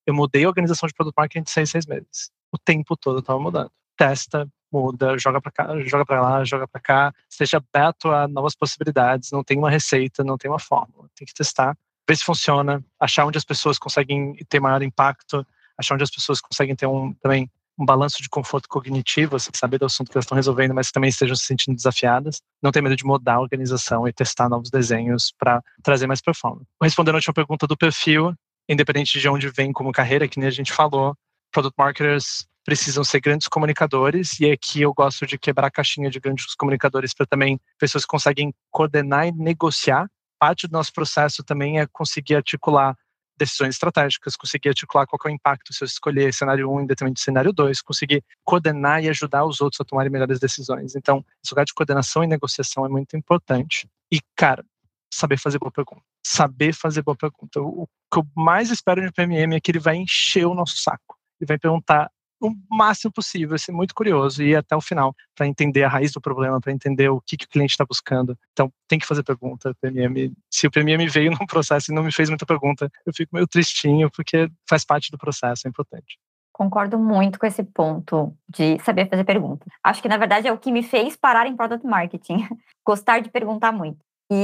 Eu mudei a organização de Product Marketing de 6 meses. O tempo todo eu estava mudando. Testa, muda, joga para cá, joga para lá, joga para cá. Esteja aberto a novas possibilidades. Não tem uma receita, não tem uma fórmula. Tem que testar, ver se funciona, achar onde as pessoas conseguem ter maior impacto, achar onde as pessoas conseguem ter também um balanço de conforto cognitivo, assim, saber do assunto que elas estão resolvendo, mas também estejam se sentindo desafiadas. Não ter medo de mudar a organização e testar novos desenhos para trazer mais performance. Respondendo a última pergunta do perfil, independente de onde vem como carreira, que nem a gente falou, Product Marketers precisam ser grandes comunicadores, e aqui eu gosto de quebrar a caixinha de grandes comunicadores para também pessoas que conseguem coordenar e negociar. Parte do nosso processo também é conseguir articular decisões estratégicas, conseguir articular qual é o impacto se eu escolher cenário 1 em detrimento de cenário 2, conseguir coordenar e ajudar os outros a tomarem melhores decisões. Então, esse lugar de coordenação e negociação é muito importante. E, cara, saber fazer boa pergunta. Saber fazer boa pergunta. O que eu mais espero de PMM é que ele vai encher o nosso saco. Ele vai perguntar o máximo possível, ser muito curioso e ir até o final para entender a raiz do problema, para entender o que o cliente está buscando. Então, tem que fazer pergunta. PMM, se o PMM veio num processo e não me fez muita pergunta, eu fico meio tristinho, porque faz parte do processo, é importante. Concordo muito com esse ponto de saber fazer pergunta. Acho que, na verdade, é o que me fez parar em Product Marketing. Gostar de perguntar muito.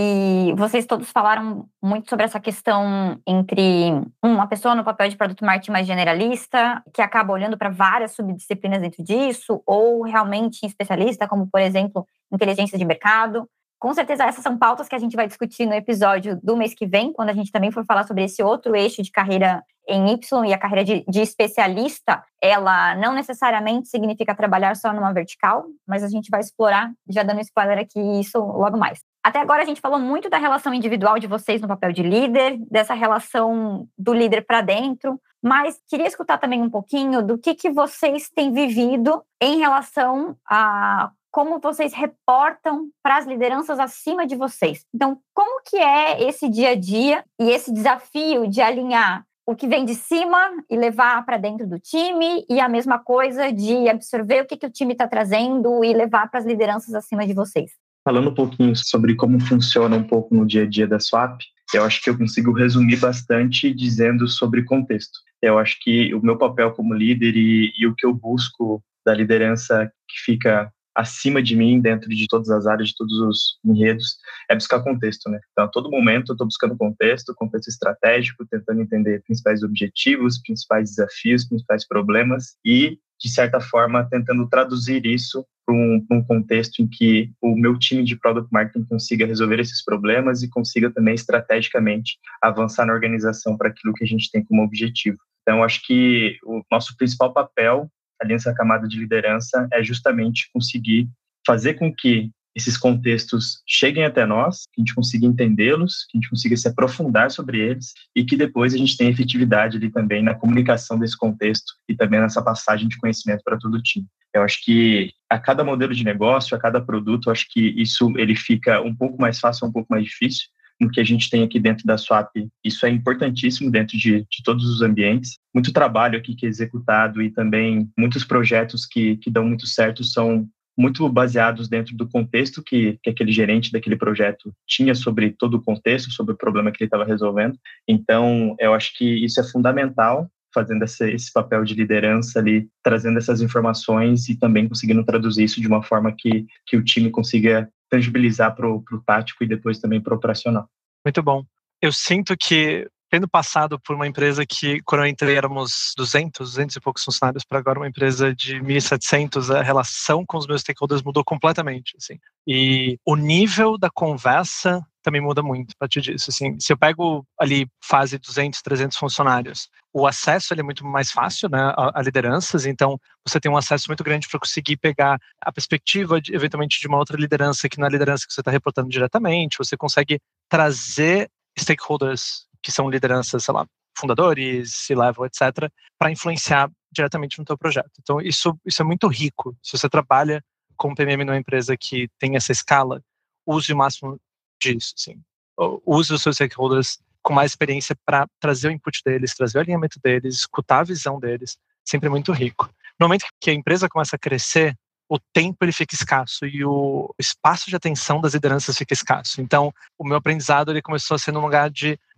E vocês todos falaram muito sobre essa questão entre uma pessoa no papel de Product Marketing mais generalista, que acaba olhando para várias subdisciplinas dentro disso, ou realmente especialista, como, por exemplo, inteligência de mercado. Com certeza, essas são pautas que a gente vai discutir no episódio do mês que vem, quando a gente também for falar sobre esse outro eixo de carreira em Y, e a carreira de especialista, ela não necessariamente significa trabalhar só numa vertical, mas a gente vai explorar, já dando spoiler aqui, isso logo mais. Até agora a gente falou muito da relação individual de vocês no papel de líder, dessa relação do líder para dentro, mas queria escutar também um pouquinho do que vocês têm vivido em relação a como vocês reportam para as lideranças acima de vocês. Então, como que é esse dia a dia e esse desafio de alinhar o que vem de cima e levar para dentro do time, e a mesma coisa de absorver o que o time está trazendo e levar para as lideranças acima de vocês? Falando um pouquinho sobre como funciona um pouco no dia a dia da Swap, eu acho que eu consigo resumir bastante dizendo sobre contexto. Eu acho que o meu papel como líder e o que eu busco da liderança que fica acima de mim, dentro de todas as áreas, de todos os enredos, é buscar contexto, né? Então, a todo momento eu estou buscando contexto estratégico, tentando entender principais objetivos, principais desafios, principais problemas e, de certa forma, tentando traduzir isso para um contexto em que o meu time de Product Marketing consiga resolver esses problemas e consiga também, estrategicamente, avançar na organização para aquilo que a gente tem como objetivo. Então, acho que o nosso principal papel ali nessa camada de liderança é justamente conseguir fazer com que esses contextos cheguem até nós, que a gente consiga entendê-los, que a gente consiga se aprofundar sobre eles e que depois a gente tenha efetividade ali também na comunicação desse contexto e também nessa passagem de conhecimento para todo o time. Eu acho que a cada modelo de negócio, a cada produto, eu acho que isso ele fica um pouco mais fácil, um pouco mais difícil. No que a gente tem aqui dentro da Swap, isso é importantíssimo dentro de todos os ambientes. Muito trabalho aqui que é executado e também muitos projetos que dão muito certo são muito baseados dentro do contexto que aquele gerente daquele projeto tinha sobre todo o contexto, sobre o problema que ele estava resolvendo. Então, eu acho que isso é fundamental, fazendo esse papel de liderança ali, trazendo essas informações e também conseguindo traduzir isso de uma forma que o time consiga tangibilizar para o tático e depois também para o operacional. Muito bom. Eu sinto que, tendo passado por uma empresa que, quando eu entrei, éramos 200 e poucos funcionários, para agora uma empresa de 1.700, a relação com os meus stakeholders mudou completamente. Assim. E o nível da conversa também muda muito a partir disso. Assim. Se eu pego ali fase 200, 300 funcionários, o acesso ele é muito mais fácil, né, a lideranças, então você tem um acesso muito grande para conseguir pegar a perspectiva, eventualmente, de uma outra liderança que não é a liderança que você está reportando diretamente, você consegue trazer stakeholders que são lideranças, sei lá, fundadores, C-level, etc., para influenciar diretamente no teu projeto. Então, isso é muito rico. Se você trabalha como PMM numa empresa que tem essa escala, use o máximo disso, assim. Use os seus stakeholders com mais experiência para trazer o input deles, trazer o alinhamento deles, escutar a visão deles, sempre é muito rico. No momento que a empresa começa a crescer, o tempo ele fica escasso e o espaço de atenção das lideranças fica escasso. Então, o meu aprendizado ele começou a ser num lugar de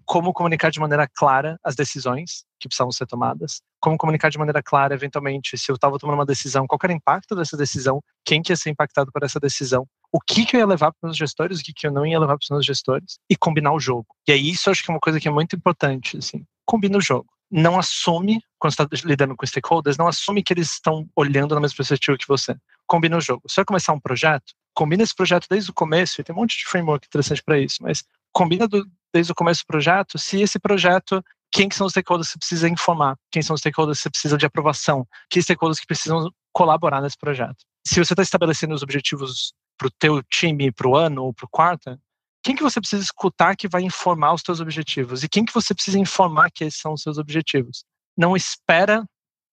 como comunicar de maneira clara as decisões que precisavam ser tomadas, como comunicar de maneira clara, eventualmente, se eu estava tomando uma decisão, qual era o impacto dessa decisão, quem que ia ser impactado por essa decisão, o que eu ia levar para os meus gestores, o que eu não ia levar para os meus gestores, e combinar o jogo. E aí isso eu acho que é uma coisa que é muito importante, assim, combina o jogo. Não assume, quando você está lidando com stakeholders, não assume que eles estão olhando na mesma perspectiva que você. Combina o jogo. Se vai começar um projeto, combina esse projeto desde o começo, e tem um monte de framework interessante para isso, mas combina desde o começo do projeto, se esse projeto, quem que são os stakeholders que você precisa informar, quem são os stakeholders que você precisa de aprovação, que stakeholders que precisam colaborar nesse projeto. Se você está estabelecendo os objetivos para o teu time, para o ano ou para o quarto, quem que você precisa escutar que vai informar os teus objetivos? E quem que você precisa informar que esses são os seus objetivos? Não espera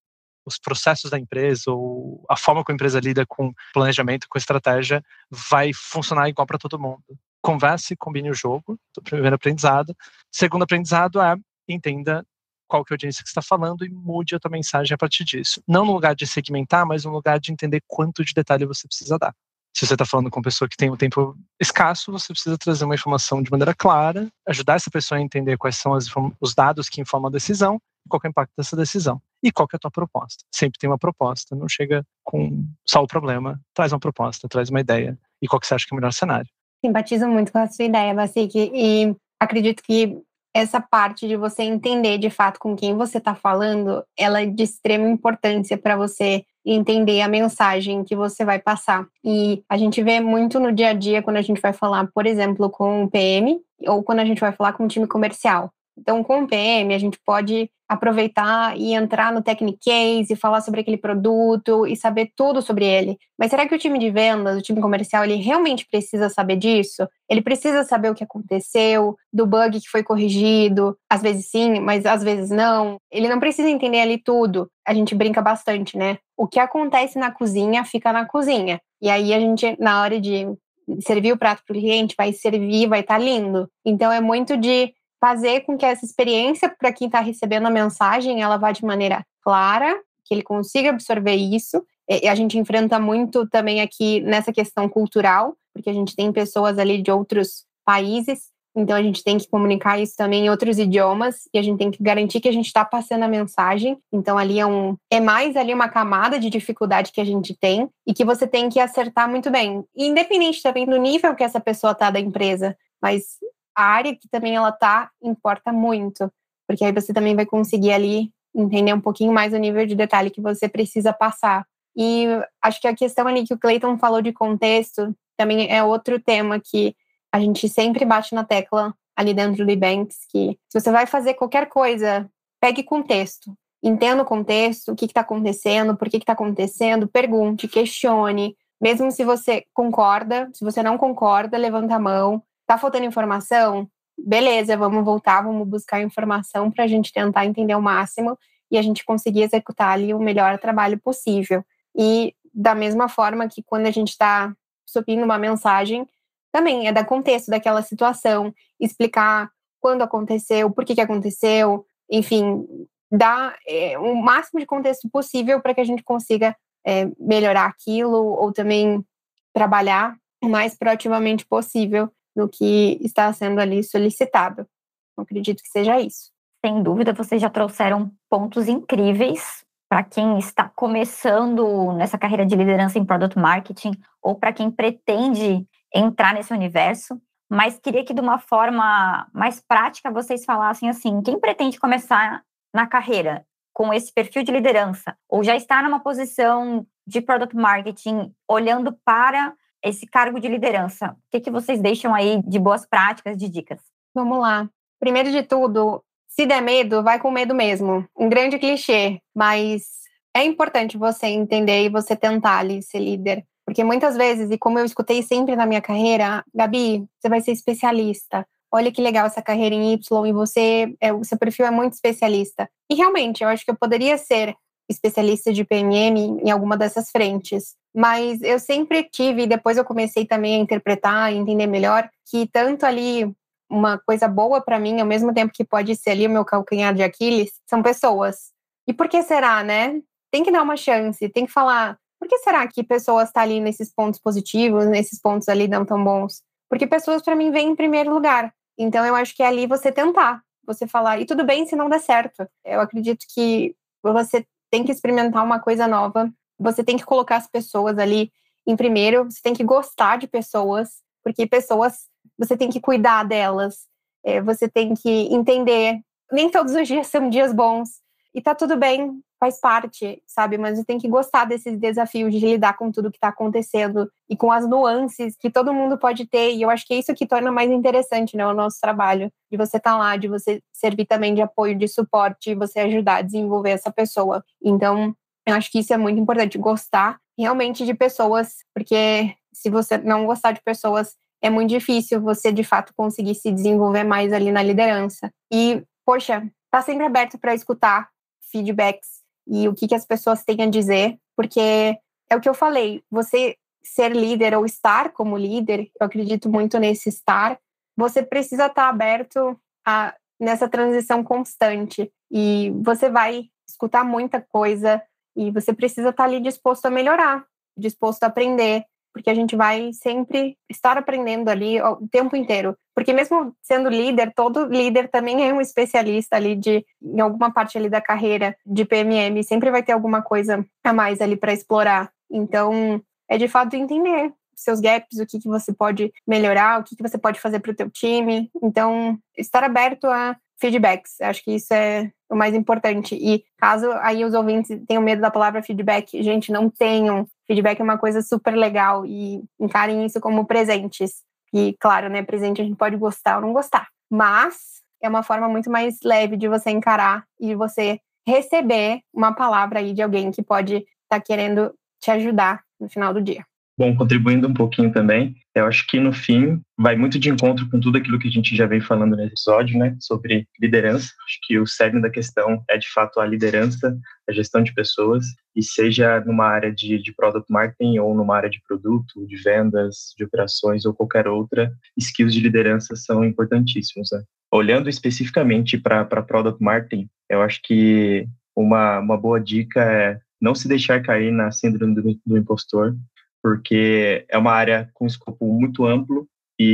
os processos da empresa ou a forma como a empresa lida com planejamento, com estratégia, vai funcionar igual para todo mundo. Converse, combine o jogo, o primeiro aprendizado. Segundo aprendizado é, entenda qual que é a audiência que você está falando e mude a tua mensagem a partir disso. Não no lugar de segmentar, mas no lugar de entender quanto de detalhe você precisa dar. Se você está falando com uma pessoa que tem um tempo escasso, você precisa trazer uma informação de maneira clara, ajudar essa pessoa a entender quais são os dados que informam a decisão, qual que é o impacto dessa decisão e qual que é a tua proposta. Sempre tem uma proposta, não chega com só o problema, traz uma proposta, traz uma ideia e qual que você acha que é o melhor cenário. Simpatizo muito com a sua ideia, Bacic, e acredito que essa parte de você entender de fato com quem você está falando, ela é de extrema importância para você entender a mensagem que você vai passar. E a gente vê muito no dia a dia quando a gente vai falar, por exemplo, com um PM ou quando a gente vai falar com um time comercial. Então, com o PM, a gente pode aproveitar e entrar no Technicase e falar sobre aquele produto e saber tudo sobre ele. Mas será que o time de vendas, o time comercial, ele realmente precisa saber disso? Ele precisa saber o que aconteceu, do bug que foi corrigido, às vezes sim, mas às vezes não. Ele não precisa entender ali tudo. A gente brinca bastante, né? O que acontece na cozinha, fica na cozinha. E aí a gente, na hora de servir o prato para o cliente, vai servir, vai estar lindo. Então é muito de fazer com que essa experiência para quem está recebendo a mensagem, ela vá de maneira clara, que ele consiga absorver isso. E a gente enfrenta muito também aqui nessa questão cultural, porque a gente tem pessoas ali de outros países, então a gente tem que comunicar isso também em outros idiomas, e a gente tem que garantir que a gente está passando a mensagem. Então ali é mais ali uma camada de dificuldade que a gente tem, e que você tem que acertar muito bem. E independente também do nível que essa pessoa está da empresa, mas a área que também ela tá importa muito, porque aí você também vai conseguir ali entender um pouquinho mais o nível de detalhe que você precisa passar. E acho que a questão ali que o Clayton falou de contexto também é outro tema que a gente sempre bate na tecla ali dentro do Ebanks, que se você vai fazer qualquer coisa, pegue contexto. Entenda o contexto, o que está acontecendo, por que está acontecendo, pergunte, questione. Mesmo se você concorda, se você não concorda, levanta a mão. Tá faltando informação? Beleza, vamos voltar, vamos buscar informação para a gente tentar entender o máximo e a gente conseguir executar ali o melhor trabalho possível. E da mesma forma que quando a gente está subindo uma mensagem, também é dar contexto daquela situação, explicar quando aconteceu, por que aconteceu, enfim, dar o máximo de contexto possível para que a gente consiga melhorar aquilo ou também trabalhar o mais proativamente possível no que está sendo ali solicitado. Eu acredito que seja isso. Sem dúvida, vocês já trouxeram pontos incríveis para quem está começando nessa carreira de liderança em Product Marketing ou para quem pretende entrar nesse universo. Mas queria que de uma forma mais prática vocês falassem assim, quem pretende começar na carreira com esse perfil de liderança ou já está numa posição de Product Marketing olhando para esse cargo de liderança, o que vocês deixam aí de boas práticas, de dicas? Vamos lá. Primeiro de tudo, se der medo, vai com medo mesmo. Um grande clichê, mas é importante você entender e você tentar ali ser líder. Porque muitas vezes, e como eu escutei sempre na minha carreira, Gabi, você vai ser especialista. Olha que legal essa carreira em Y e você, o seu perfil é muito especialista. E realmente, eu acho que eu poderia ser especialista de PMM em alguma dessas frentes. Mas eu sempre tive, e depois eu comecei também a interpretar e entender melhor, que tanto ali uma coisa boa para mim, ao mesmo tempo que pode ser ali o meu calcanhar de Aquiles, são pessoas. E por que será, né? Tem que dar uma chance, tem que falar, por que será que pessoas estão ali nesses pontos positivos, nesses pontos ali não tão bons? Porque pessoas para mim vêm em primeiro lugar. Então, eu acho que é ali você tentar, você falar, e tudo bem se não der certo. Eu acredito que você tem que experimentar uma coisa nova, você tem que colocar as pessoas ali em primeiro, você tem que gostar de pessoas, porque pessoas, você tem que cuidar delas, você tem que entender, nem todos os dias são dias bons, e tá tudo bem, faz parte, sabe? Mas você tem que gostar desses desafios de lidar com tudo que tá acontecendo e com as nuances que todo mundo pode ter, e eu acho que é isso que torna mais interessante, né, o nosso trabalho, de você estar lá, de você servir também de apoio, de suporte, você ajudar a desenvolver essa pessoa. Então, eu acho que isso é muito importante, gostar realmente de pessoas, porque se você não gostar de pessoas, é muito difícil você, de fato, conseguir se desenvolver mais ali na liderança. E, poxa, tá sempre aberto para escutar feedbacks e o que as pessoas têm a dizer, porque é o que eu falei, você ser líder ou estar como líder, eu acredito muito nesse estar, você precisa estar aberto nessa transição constante, e você vai escutar muita coisa, e você precisa estar ali disposto a melhorar, disposto a aprender, porque a gente vai sempre estar aprendendo ali o tempo inteiro. Porque mesmo sendo líder, todo líder também é um especialista ali em alguma parte ali da carreira de PMM, sempre vai ter alguma coisa a mais ali para explorar. Então, é de fato entender seus gaps, o que você pode melhorar, o que você pode fazer para o teu time. Então, estar aberto a feedbacks, acho que isso é o mais importante. E caso aí os ouvintes tenham medo da palavra feedback, gente, não tenham. Feedback é uma coisa super legal e encarem isso como presentes. E, claro, né, presente a gente pode gostar ou não gostar, mas é uma forma muito mais leve de você encarar e de você receber uma palavra aí de alguém que pode estar querendo te ajudar no final do dia. Bom, contribuindo um pouquinho também, eu acho que no fim vai muito de encontro com tudo aquilo que a gente já vem falando no episódio, né, sobre liderança. Acho que o cerne da questão é de fato a liderança, a gestão de pessoas, e seja numa área de product marketing ou numa área de produto, de vendas, de operações ou qualquer outra, skills de liderança são importantíssimos, né? Olhando especificamente para product marketing, eu acho que uma boa dica é não se deixar cair na síndrome do impostor, porque é uma área com escopo muito amplo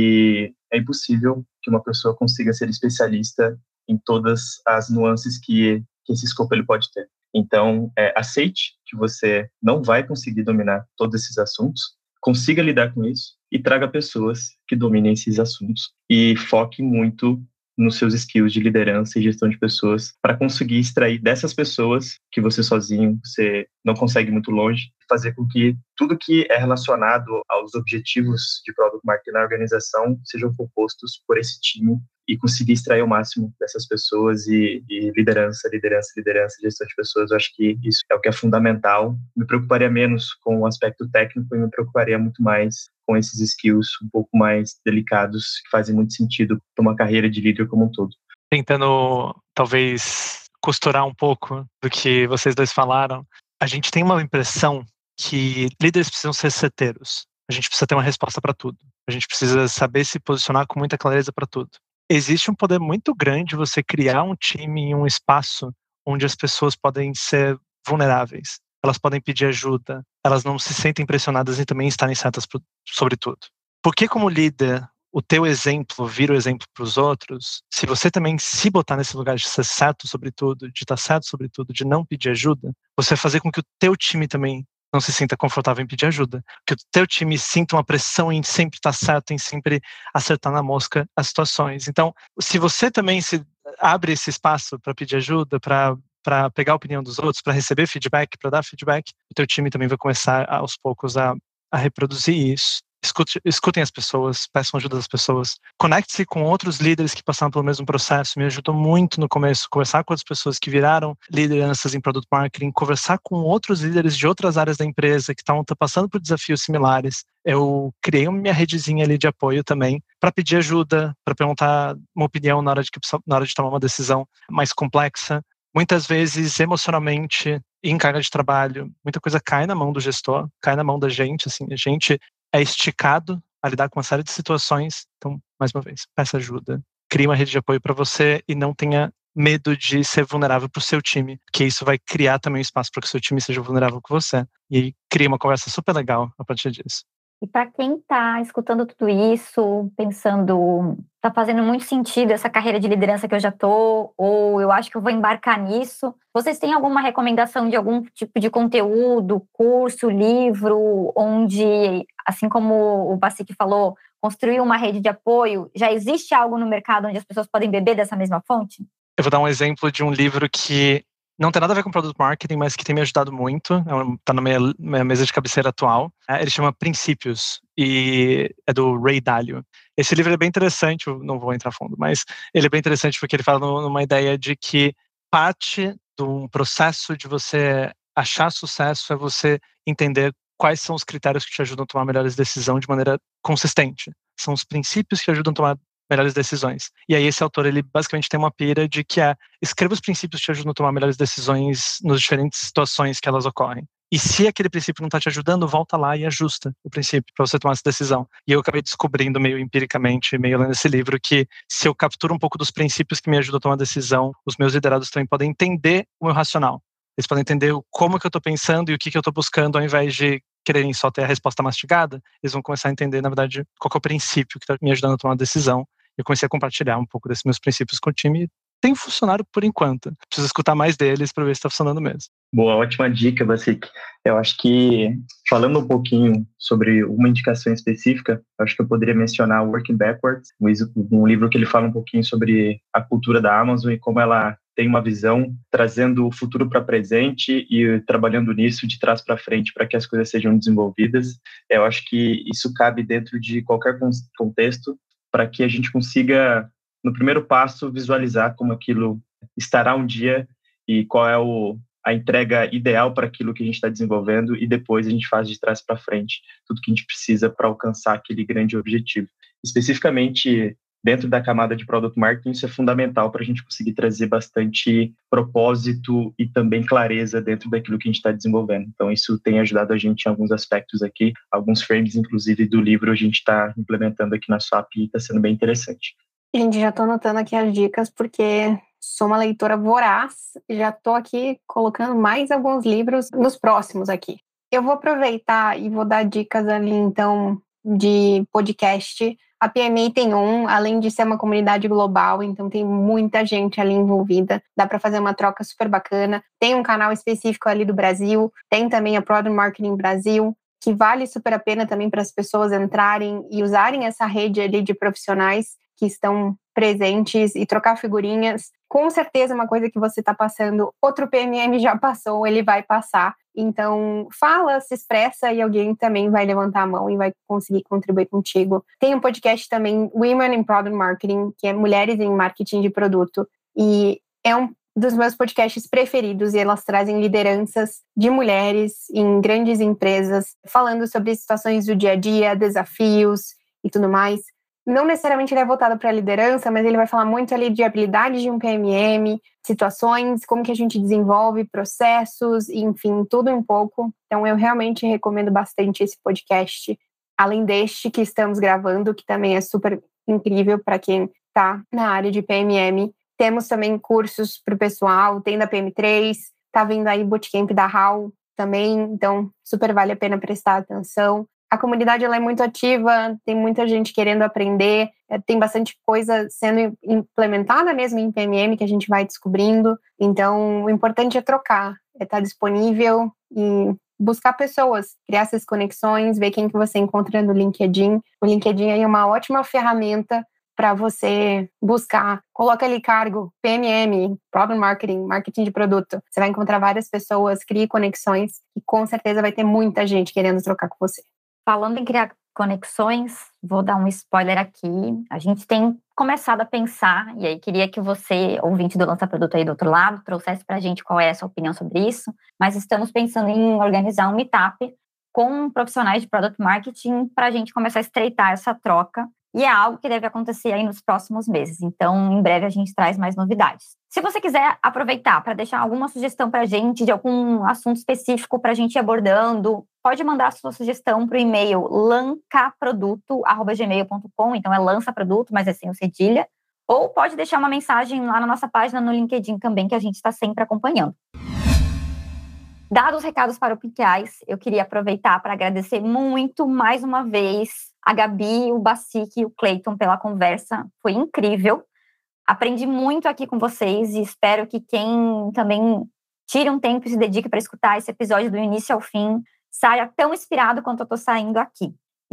e é impossível que uma pessoa consiga ser especialista em todas as nuances que esse escopo ele pode ter. Então, aceite que você não vai conseguir dominar todos esses assuntos, consiga lidar com isso e traga pessoas que dominem esses assuntos e foque muito nos seus skills de liderança e gestão de pessoas para conseguir extrair dessas pessoas que você sozinho, você não consegue ir muito longe, fazer com que tudo que é relacionado aos objetivos de product marketing na organização sejam compostos por esse time e conseguir extrair o máximo dessas pessoas e liderança, gestão de pessoas. Eu acho que isso é o que é fundamental. Me preocuparia menos com o aspecto técnico e me preocuparia muito mais com esses skills um pouco mais delicados que fazem muito sentido para uma carreira de líder como um todo. Tentando, talvez, costurar um pouco do que vocês dois falaram, a gente tem uma impressão que líderes precisam ser certeiros. A gente precisa ter uma resposta para tudo. A gente precisa saber se posicionar com muita clareza para tudo. Existe um poder muito grande você criar um time e um espaço onde as pessoas podem ser vulneráveis. Elas podem pedir ajuda, elas não se sentem pressionadas em também estarem certas sobre tudo. Porque como líder, o teu exemplo vira o exemplo para os outros, se você também se botar nesse lugar de ser certo sobre tudo, de estar certo sobre tudo, de não pedir ajuda, você vai fazer com que o teu time também não se sinta confortável em pedir ajuda, que o teu time sinta uma pressão em sempre estar certo, em sempre acertar na mosca as situações. Então, se você também se abre esse espaço para pedir ajuda, para pegar a opinião dos outros, para receber feedback, para dar feedback, o teu time também vai começar aos poucos a reproduzir isso. Escutem as pessoas, peçam ajuda das pessoas. Conecte-se com outros líderes que passaram pelo mesmo processo. Me ajudou muito no começo, conversar com outras pessoas que viraram lideranças em Product Marketing, conversar com outros líderes de outras áreas da empresa que estavam passando por desafios similares. Eu criei uma minha redezinha ali de apoio também, para pedir ajuda, para perguntar uma opinião na hora de tomar uma decisão mais complexa. Muitas vezes, emocionalmente, em carga de trabalho, muita coisa cai na mão do gestor, cai na mão da gente, assim, a gente é esticado a lidar com uma série de situações. Então, mais uma vez, peça ajuda, crie uma rede de apoio para você e não tenha medo de ser vulnerável para o seu time, porque isso vai criar também um espaço para que o seu time seja vulnerável com você. E aí, cria uma conversa super legal a partir disso. E para quem está escutando tudo isso, pensando, está fazendo muito sentido essa carreira de liderança que eu já estou, ou eu acho que eu vou embarcar nisso, vocês têm alguma recomendação de algum tipo de conteúdo, curso, livro, onde, assim como o Bacic falou, construir uma rede de apoio, já existe algo no mercado onde as pessoas podem beber dessa mesma fonte? Eu vou dar um exemplo de um livro que não tem nada a ver com Product Marketing, mas que tem me ajudado muito. Está na minha mesa de cabeceira atual. Ele chama Princípios e é do Ray Dalio. Esse livro é bem interessante, eu não vou entrar a fundo, mas ele é bem interessante porque ele fala numa ideia de que parte de um processo de você achar sucesso é você entender quais são os critérios que te ajudam a tomar melhores decisões de maneira consistente. São os princípios que ajudam a tomar melhores decisões. E aí esse autor, ele basicamente tem uma pira de que escreva os princípios que te ajudam a tomar melhores decisões nas diferentes situações que elas ocorrem. E se aquele princípio não está te ajudando, volta lá e ajusta o princípio para você tomar essa decisão. E eu acabei descobrindo meio empiricamente, meio lendo esse livro, que se eu capturo um pouco dos princípios que me ajudam a tomar decisão, os meus liderados também podem entender o meu racional. Eles podem entender como que eu estou pensando e o que eu estou buscando, ao invés de quererem só ter a resposta mastigada, eles vão começar a entender, na verdade, qual que é o princípio que está me ajudando a tomar uma decisão. Eu comecei a compartilhar um pouco desses meus princípios com o time e tem funcionado por enquanto. Preciso escutar mais deles para ver se está funcionando mesmo. Boa, ótima dica, Bacic. Eu acho que, falando um pouquinho sobre uma indicação específica, eu acho que eu poderia mencionar Working Backwards, um livro que ele fala um pouquinho sobre a cultura da Amazon e como ela tem uma visão trazendo o futuro para presente e trabalhando nisso de trás para frente para que as coisas sejam desenvolvidas. Eu acho que isso cabe dentro de qualquer contexto para que a gente consiga, no primeiro passo, visualizar como aquilo estará um dia e qual é a entrega ideal para aquilo que a gente está desenvolvendo e depois a gente faz de trás para frente tudo que a gente precisa para alcançar aquele grande objetivo. Especificamente, dentro da camada de Product Marketing, isso é fundamental para a gente conseguir trazer bastante propósito e também clareza dentro daquilo que a gente está desenvolvendo. Então, isso tem ajudado a gente em alguns aspectos aqui, alguns frames, inclusive, do livro a gente está implementando aqui na SWAP e está sendo bem interessante. Gente, já estou anotando aqui as dicas, porque sou uma leitora voraz e já estou aqui colocando mais alguns livros nos próximos aqui. Eu vou aproveitar e vou dar dicas ali, então, de podcast. A PMI tem além de ser uma comunidade global, então tem muita gente ali envolvida, dá para fazer uma troca super bacana. Tem um canal específico ali do Brasil, tem também a Product Marketing Brasil, que vale super a pena também para as pessoas entrarem e usarem essa rede ali de profissionais que estão presentes e trocar figurinhas. Com certeza uma coisa que você está passando, outro PMM já passou, ele vai passar. Então, fala, se expressa e alguém também vai levantar a mão e vai conseguir contribuir contigo. Tem um podcast também, Women in Product Marketing, que é Mulheres em Marketing de Produto. E é um dos meus podcasts preferidos e elas trazem lideranças de mulheres em grandes empresas, falando sobre situações do dia a dia, desafios e tudo mais. Não necessariamente ele é voltado para a liderança, mas ele vai falar muito ali de habilidades de um PMM, situações, como que a gente desenvolve processos, enfim, tudo um pouco. Então, eu realmente recomendo bastante esse podcast, além deste que estamos gravando, que também é super incrível para quem está na área de PMM. Temos também cursos para o pessoal, tem da PM3, está vindo aí Bootcamp da HAL também, então super vale a pena prestar atenção. A comunidade ela é muito ativa, tem muita gente querendo aprender, tem bastante coisa sendo implementada mesmo em PMM que a gente vai descobrindo. Então, o importante é trocar, é estar disponível e buscar pessoas, criar essas conexões, ver quem que você encontra no LinkedIn. O LinkedIn aí é uma ótima ferramenta para você buscar. Coloca ali cargo, PMM, Product Marketing, Marketing de Produto. Você vai encontrar várias pessoas, crie conexões e com certeza vai ter muita gente querendo trocar com você. Falando em criar conexões, vou dar um spoiler aqui. A gente tem começado a pensar, e aí queria que você, ouvinte do Lança Produto aí do outro lado, trouxesse para a gente qual é a sua opinião sobre isso, mas estamos pensando em organizar um meetup com profissionais de Product Marketing para a gente começar a estreitar essa troca, e é algo que deve acontecer aí nos próximos meses. Então, em breve a gente traz mais novidades. Se você quiser aproveitar para deixar alguma sugestão para a gente de algum assunto específico para a gente ir abordando, pode mandar a sua sugestão para o e-mail lancaproduto@gmail.com, então é lançaproduto, mas é sem o cedilha, ou pode deixar uma mensagem lá na nossa página no LinkedIn também, que a gente está sempre acompanhando. Dados os recados paroquiais, eu queria aproveitar para agradecer muito, mais uma vez, a Gabi, o Basique e o Clayton pela conversa. Foi incrível. Aprendi muito aqui com vocês e espero que quem também tire um tempo e se dedique para escutar esse episódio do início ao fim saia tão inspirado quanto eu estou saindo aqui.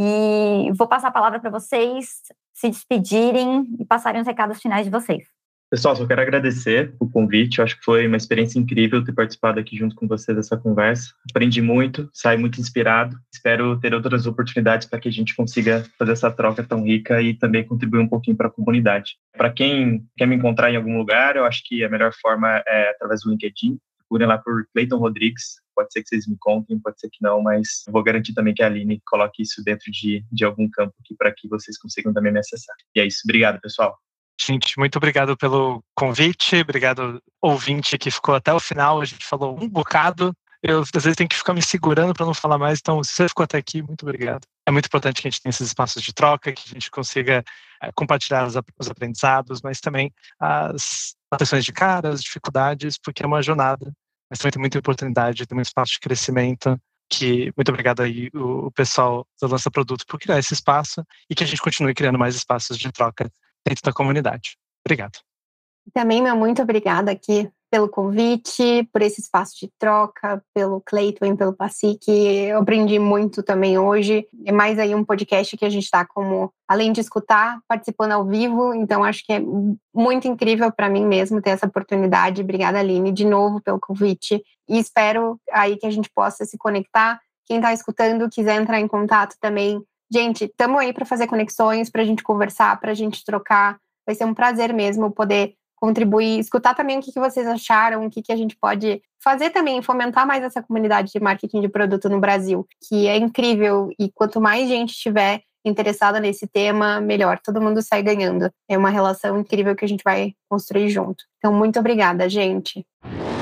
E vou passar a palavra para vocês se despedirem e passarem os recados finais de vocês. Pessoal, só quero agradecer o convite. Eu acho que foi uma experiência incrível ter participado aqui junto com vocês dessa conversa. Aprendi muito, saí muito inspirado. Espero ter outras oportunidades para que a gente consiga fazer essa troca tão rica e também contribuir um pouquinho para a comunidade. Para quem quer me encontrar em algum lugar, eu acho que a melhor forma é através do LinkedIn. Procurem lá por Clayton Rodrigues. Pode ser que vocês me contem, pode ser que não, mas eu vou garantir também que a Aline coloque isso dentro de algum campo aqui para que vocês consigam também me acessar. E é isso. Obrigado, pessoal. Gente, muito obrigado pelo convite, obrigado ouvinte que ficou até o final, a gente falou um bocado, eu às vezes tenho que ficar me segurando para não falar mais, então se você ficou até aqui, muito obrigado. É muito importante que a gente tenha esses espaços de troca, que a gente consiga compartilhar os aprendizados, mas também as proteções de cara, as dificuldades, porque é uma jornada, mas também tem muita oportunidade, tem muito espaço de crescimento, que muito obrigado aí o pessoal do Lança Produto por criar esse espaço e que a gente continue criando mais espaços de troca dentro da comunidade. Obrigado. Também, muito obrigada aqui pelo convite, por esse espaço de troca, pelo Clayton e pelo Basique. Eu aprendi muito também hoje. É mais aí um podcast que a gente está como, além de escutar, participando ao vivo. Então, acho que é muito incrível para mim mesmo ter essa oportunidade. Obrigada, Aline, de novo pelo convite. E espero aí que a gente possa se conectar. Quem está escutando, quiser entrar em contato também, gente, estamos aí para fazer conexões, para a gente conversar, para a gente trocar. Vai ser um prazer mesmo poder contribuir, escutar também o que vocês acharam, o que a gente pode fazer também, fomentar mais essa comunidade de marketing de produto no Brasil, que é incrível, e quanto mais gente estiver interessada nesse tema, melhor, todo mundo sai ganhando. É uma relação incrível que a gente vai construir junto. Então, muito obrigada, gente.